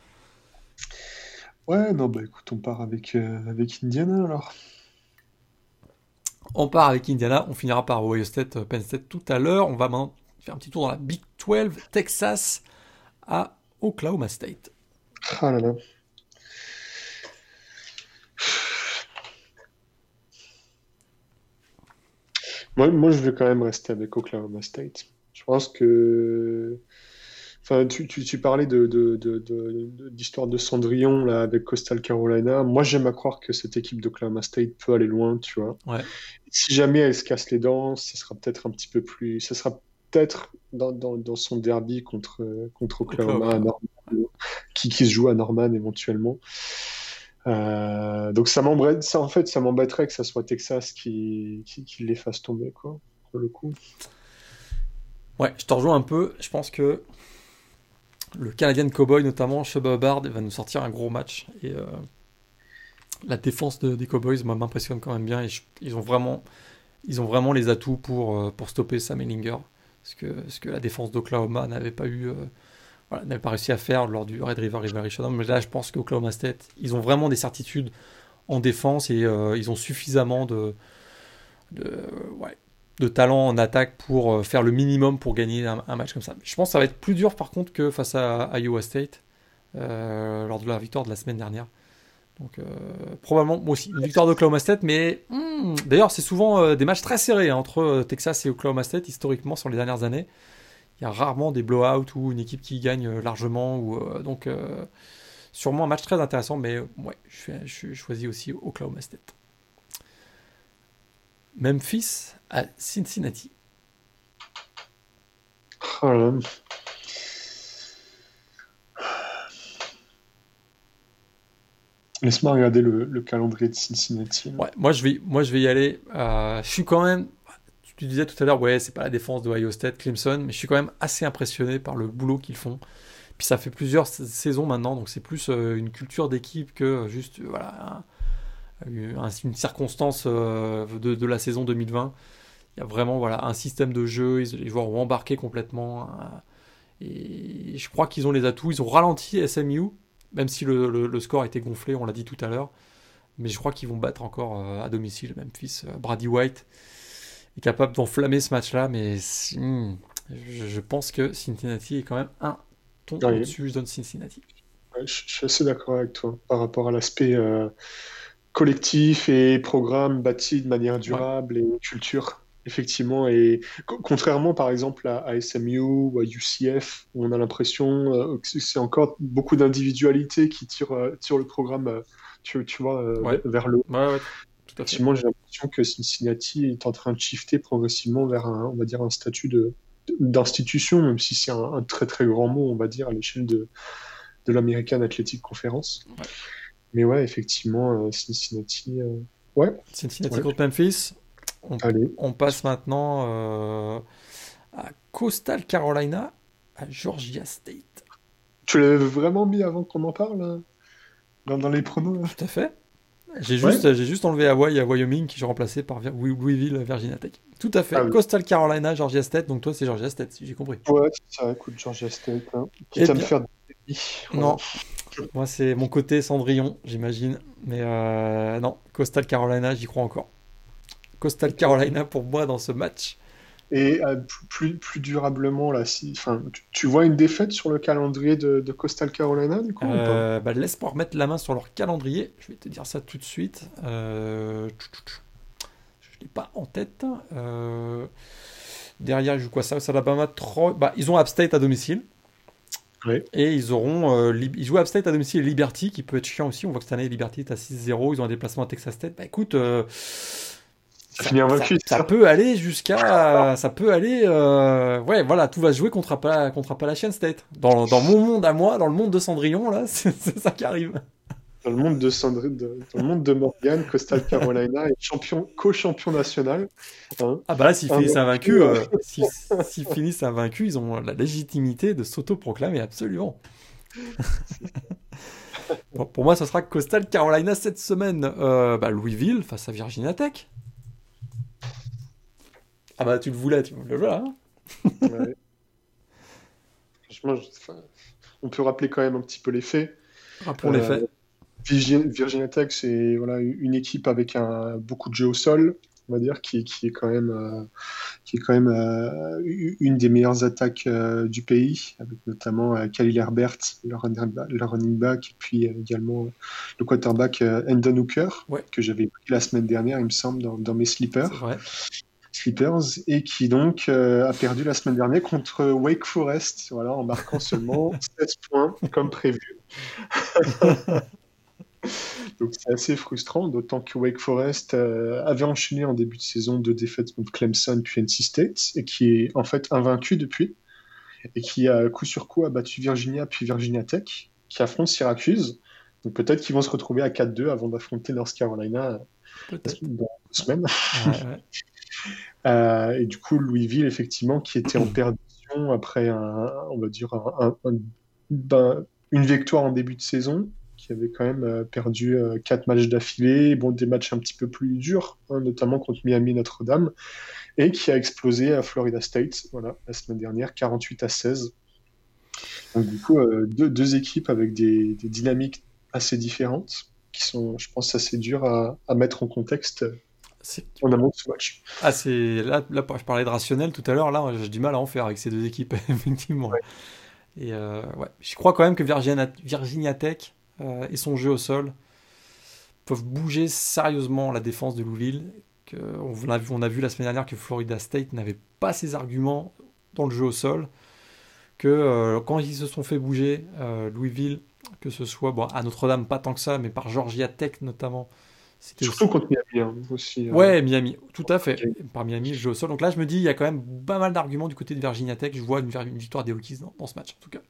Ouais, non, bah écoute, on part avec Indiana alors.
On part avec Indiana, on finira par Ohio State, Penn State tout à l'heure. On va maintenant faire un petit tour dans la Big 12, Texas à Oklahoma State.
Ah là là. Moi, je vais quand même rester avec Oklahoma State. Je pense que. Enfin, tu parlais d'histoire de Cendrillon là, avec Coastal Carolina. Moi, j'aime à croire que cette équipe d'Oklahoma State peut aller loin, tu vois.
Ouais,
Si jamais elle se casse les dents, ça sera peut-être un petit peu plus. Ça sera peut-être dans son derby contre Oklahoma, à
Oklahoma.
Norman, qui se joue à Norman éventuellement. Donc en fait, ça m'embêterait que ça soit Texas qui les fasse tomber, quoi, pour le coup.
Ouais, je te rejoins un peu. Je pense que le Canadian Cowboy, notamment Chubba Hubbard, va nous sortir un gros match. Et la défense des Cowboys m'impressionne quand même bien. Et ils ont vraiment les atouts pour stopper Sam Ehlinger. Ce que la défense d'Oklahoma n'avait pas eu. Voilà, n'avait pas réussi à faire lors du Red River Rivalry Showdown. Mais là, je pense qu'Oklahoma State, ils ont vraiment des certitudes en défense et ils ont suffisamment de, ouais, de talent en attaque pour faire le minimum pour gagner un match comme ça. Je pense que ça va être plus dur par contre que face à Iowa State lors de la victoire de la semaine dernière. Donc probablement moi aussi une victoire d'Oklahoma State, mais d'ailleurs c'est souvent des matchs très serrés hein, entre Texas et Oklahoma State historiquement sur les dernières années. Il y a rarement des blowouts ou une équipe qui gagne largement. Donc, sûrement un match très intéressant, mais ouais, je choisis aussi Oklahoma State. Memphis à Cincinnati.
Oh là là. Laisse-moi regarder le calendrier de Cincinnati.
Ouais, moi je vais y aller. Je suis quand même. Tu disais tout à l'heure, ouais, c'est pas la défense de Ohio State, Clemson, mais je suis quand même assez impressionné par le boulot qu'ils font. Puis ça fait plusieurs saisons maintenant, donc c'est plus une culture d'équipe que juste voilà une circonstance de la saison 2020. Il y a vraiment voilà, un système de jeu, les joueurs ont embarqué complètement. Et je crois qu'ils ont les atouts. Ils ont ralenti SMU, même si le score était gonflé, on l'a dit tout à l'heure. Mais je crois qu'ils vont battre encore à domicile Memphis. Brady White est capable d'enflammer ce match-là, mais je pense que Cincinnati est quand même un ton au-dessus. Je donne Cincinnati.
Ouais, je suis assez d'accord avec toi par rapport à l'aspect collectif et programme bâti de manière durable et culture. Effectivement, et contrairement par exemple à SMU ou à UCF, où on a l'impression que c'est encore beaucoup d'individualité qui tirent le programme tu vois, vers le haut.
Ouais, tout à fait.
Effectivement, j'ai l'impression que Cincinnati est en train de shifter progressivement vers on va dire un statut d'institution, même si c'est un très très grand mot, on va dire, à l'échelle de l'American Athletic Conference.
Ouais.
Mais ouais, effectivement, Cincinnati. Ouais.
Cincinnati contre Memphis.
Allez.
On passe maintenant à Coastal Carolina, à Georgia State.
Tu l'avais vraiment mis avant qu'on en parle dans les pronos là.
Tout à fait. J'ai juste enlevé Hawaii à Wyoming qui est remplacé par Louisville, Virginia Tech. Tout à fait. Coastal Carolina, Georgia State. Donc toi, c'est Georgia State, si j'ai compris.
Ouais, c'est ça. Écoute, Georgia State. Quitte à me faire des
Non. Moi, c'est mon côté Cendrillon, j'imagine. Mais non, Coastal Carolina, j'y crois encore. Coastal Carolina pour moi dans ce match.
Et plus durablement, là, tu vois une défaite sur le calendrier de Coastal Carolina, du coup, ou pas
laisse-moi remettre la main sur leur calendrier. Je vais te dire ça tout de suite. Je ne l'ai pas en tête. Derrière, ils jouent quoi ça Alabama 3. Ils ont App State à domicile.
Oui.
Et ils jouent App State à domicile et Liberty, qui peut être chiant aussi. On voit que cette année, Liberty est à 6-0. Ils ont un déplacement à Texas State. Écoute... Ça peut aller jusqu'à. Ça peut aller. Ouais, voilà, tout va se jouer contre Appalachian State. Dans mon monde à moi, dans le monde de Cendrillon, là, c'est ça qui arrive.
Dans le monde dans le monde de Morgan, Coastal Carolina est co-champion national. Hein.
Ah bah là, s'ils finissent invaincus, s'ils finissent invaincus, ils ont la légitimité de s'auto-proclamer absolument. Bon, pour moi, ça sera Coastal Carolina cette semaine. Louisville face à Virginia Tech. Ah bah tu le voulais là. Hein.
Ouais. Franchement, on peut rappeler quand même un petit peu les faits.
Rappelons les faits.
Virginia Tech, c'est une équipe avec beaucoup de jeux au sol, on va dire, qui est quand même une des meilleures attaques du pays, avec notamment Khalil Herbert, le running back, et puis également le quarterback Hendon Hooker, que j'avais pris la semaine dernière, il me semble, dans mes sleepers, et qui donc a perdu la semaine dernière contre Wake Forest, en marquant seulement 16 points comme prévu. Donc c'est assez frustrant, d'autant que Wake Forest avait enchaîné en début de saison 2 défaites contre Clemson puis NC State, et qui est en fait invaincu depuis, et qui a coup sur coup a battu Virginia puis Virginia Tech, qui affrontent Syracuse. Donc peut-être qu'ils vont se retrouver à 4-2 avant d'affronter North Carolina dans 2 semaines. Et du coup, Louisville, effectivement, qui était en perdition après une victoire en début de saison, qui avait quand même perdu 4 matchs d'affilée, des matchs un petit peu plus durs, notamment contre Miami Notre-Dame, et qui a explosé à Florida State, la semaine dernière, 48-16. Donc du coup, deux équipes avec des dynamiques assez différentes, qui sont, je pense, assez dures à mettre en contexte en amont de ce match.
Là, je parlais de rationnel tout à l'heure, là, j'ai du mal à en faire avec ces deux équipes, effectivement. Ouais. Et je crois quand même que Virginia Tech et son jeu au sol peuvent bouger sérieusement la défense de Louisville. On a vu la semaine dernière que Florida State n'avait pas ses arguments dans le jeu au sol, que quand ils se sont fait bouger, Louisville, que ce soit à Notre-Dame, pas tant que ça, mais par Georgia Tech notamment.
Surtout aussi... contre Miami aussi.
Ouais, Miami, tout à fait. Okay. Par Miami, le jeu au sol. Donc là, je me dis, il y a quand même pas mal d'arguments du côté de Virginia Tech. Je vois une victoire des Hokies dans ce match, en tout cas.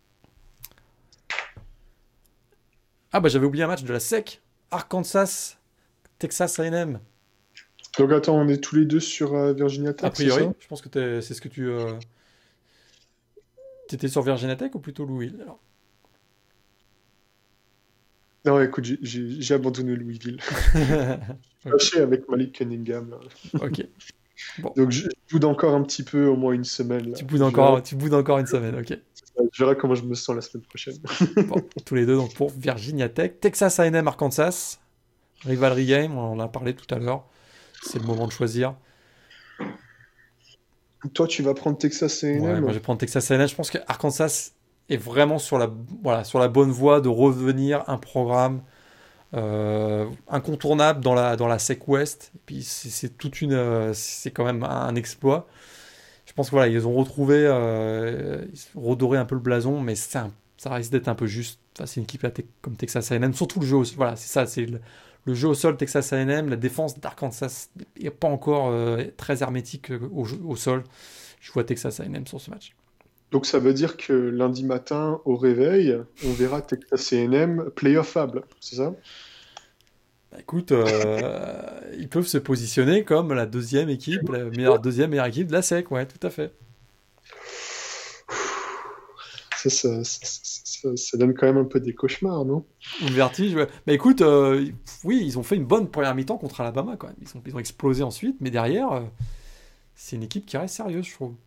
Ah j'avais oublié un match de la SEC. Arkansas, Texas A&M.
Donc attends, on est tous les deux sur Virginia Tech.
A priori, je pense que c'est ce que tu... T'étais sur Virginia Tech ou plutôt Louisville alors?
Non, écoute, j'ai abandonné Louisville. Lâché avec Malik Cunningham. Là.
Ok. Bon.
Donc je boude encore un petit peu, au moins une semaine. Là.
Tu boudes encore une semaine, ok.
Je verrai comment je me sens la semaine prochaine.
Bon, tous les deux donc pour Virginia Tech. Texas A&M, Arkansas. Rivalry game, on en a parlé tout à l'heure. C'est le moment de choisir.
Toi, tu vas prendre Texas
Ouais, moi
A&M?
je vais prendre Texas A&M. Je pense que Arkansas est vraiment sur la bonne voie de revenir un programme incontournable dans la SEC West. Et puis c'est quand même un exploit. Je pense que voilà, ils ont retrouvé, ils ont redoré un peu le blason, mais ça risque d'être un peu juste. Enfin, c'est une équipe comme Texas A&M, surtout le jeu. Voilà, c'est ça, c'est le jeu au sol Texas A&M, la défense d'Arkansas n'est pas encore très hermétique au sol. Je vois Texas A&M sur ce match.
Donc ça veut dire que lundi matin, au réveil, on verra Texas A&M playoffable, c'est ça?
Bah, écoute, ils peuvent se positionner comme la deuxième équipe, deuxième meilleure équipe de la SEC, ouais, tout à fait.
Ça donne quand même un peu des cauchemars, non?
Ou le vertige, ouais. Mais écoute, oui, ils ont fait une bonne première mi-temps contre Alabama, quand même. Ils ont explosé ensuite, mais derrière, c'est une équipe qui reste sérieuse, je trouve.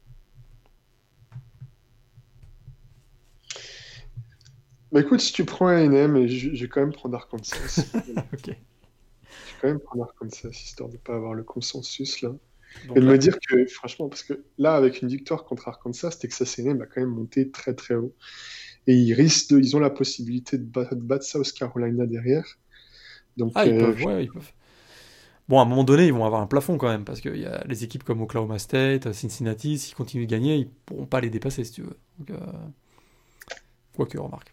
Bah écoute, si tu prends A&M, et je vais quand même prendre Arkansas.
Ok.
Je vais quand même prendre Arkansas, histoire de ne pas avoir le consensus là. Et
Donc
de
là,
me dire que, franchement, parce que là, avec une victoire contre Arkansas, Texas A&M va quand même monter très très haut. Et ils ont la possibilité de battre South Carolina derrière.
ah,
Donc,
ils peuvent, ouais, ils peuvent. Bon, à un moment donné, ils vont avoir un plafond quand même, parce qu'il y a les équipes comme Oklahoma State, Cincinnati, s'ils continuent de gagner, ils pourront pas les dépasser, si tu veux. Donc, quoique, remarque.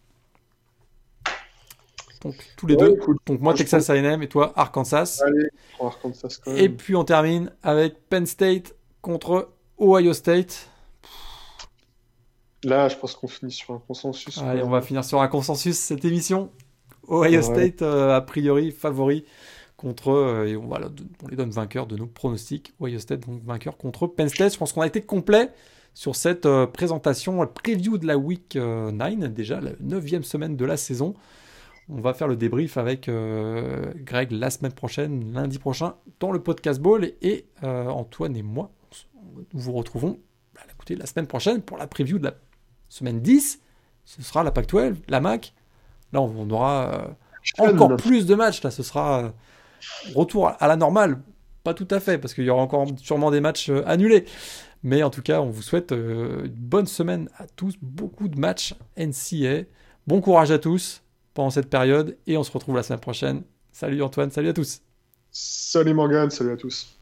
Donc, tous les
ouais,
deux.
écoute,
Donc, moi,
franchement,
Texas A&M et toi, Arkansas.
allez, prends Arkansas quand
Et
même.
puis, on termine avec Penn State contre Ohio State.
Là, je pense qu'on finit sur un consensus quand
Allez, on va
même.
finir sur un consensus cette émission. Ohio
Ouais.
State, a priori, favori contre. Et on les donne vainqueurs de nos pronostics. Ohio State, donc vainqueur contre Penn State. Je pense qu'on a été complet sur cette présentation, la preview de la week 9, déjà la 9e semaine de la saison. On va faire le débrief avec Greg la semaine prochaine, lundi prochain, dans le podcast Ball. Et Antoine et moi, nous vous retrouvons écoutez, la semaine prochaine pour la preview de la semaine 10. Ce sera la Pac-12, la MAC. Là, on aura encore plus de matchs. Là, ce sera retour à la normale. Pas tout à fait, parce qu'il y aura encore sûrement des matchs annulés. Mais en tout cas, on vous souhaite une bonne semaine à tous. Beaucoup de matchs NCAA. Bon courage à tous pendant cette période. Et on se retrouve la semaine prochaine. Salut Antoine, salut à tous.
Salut Morgan, salut à tous.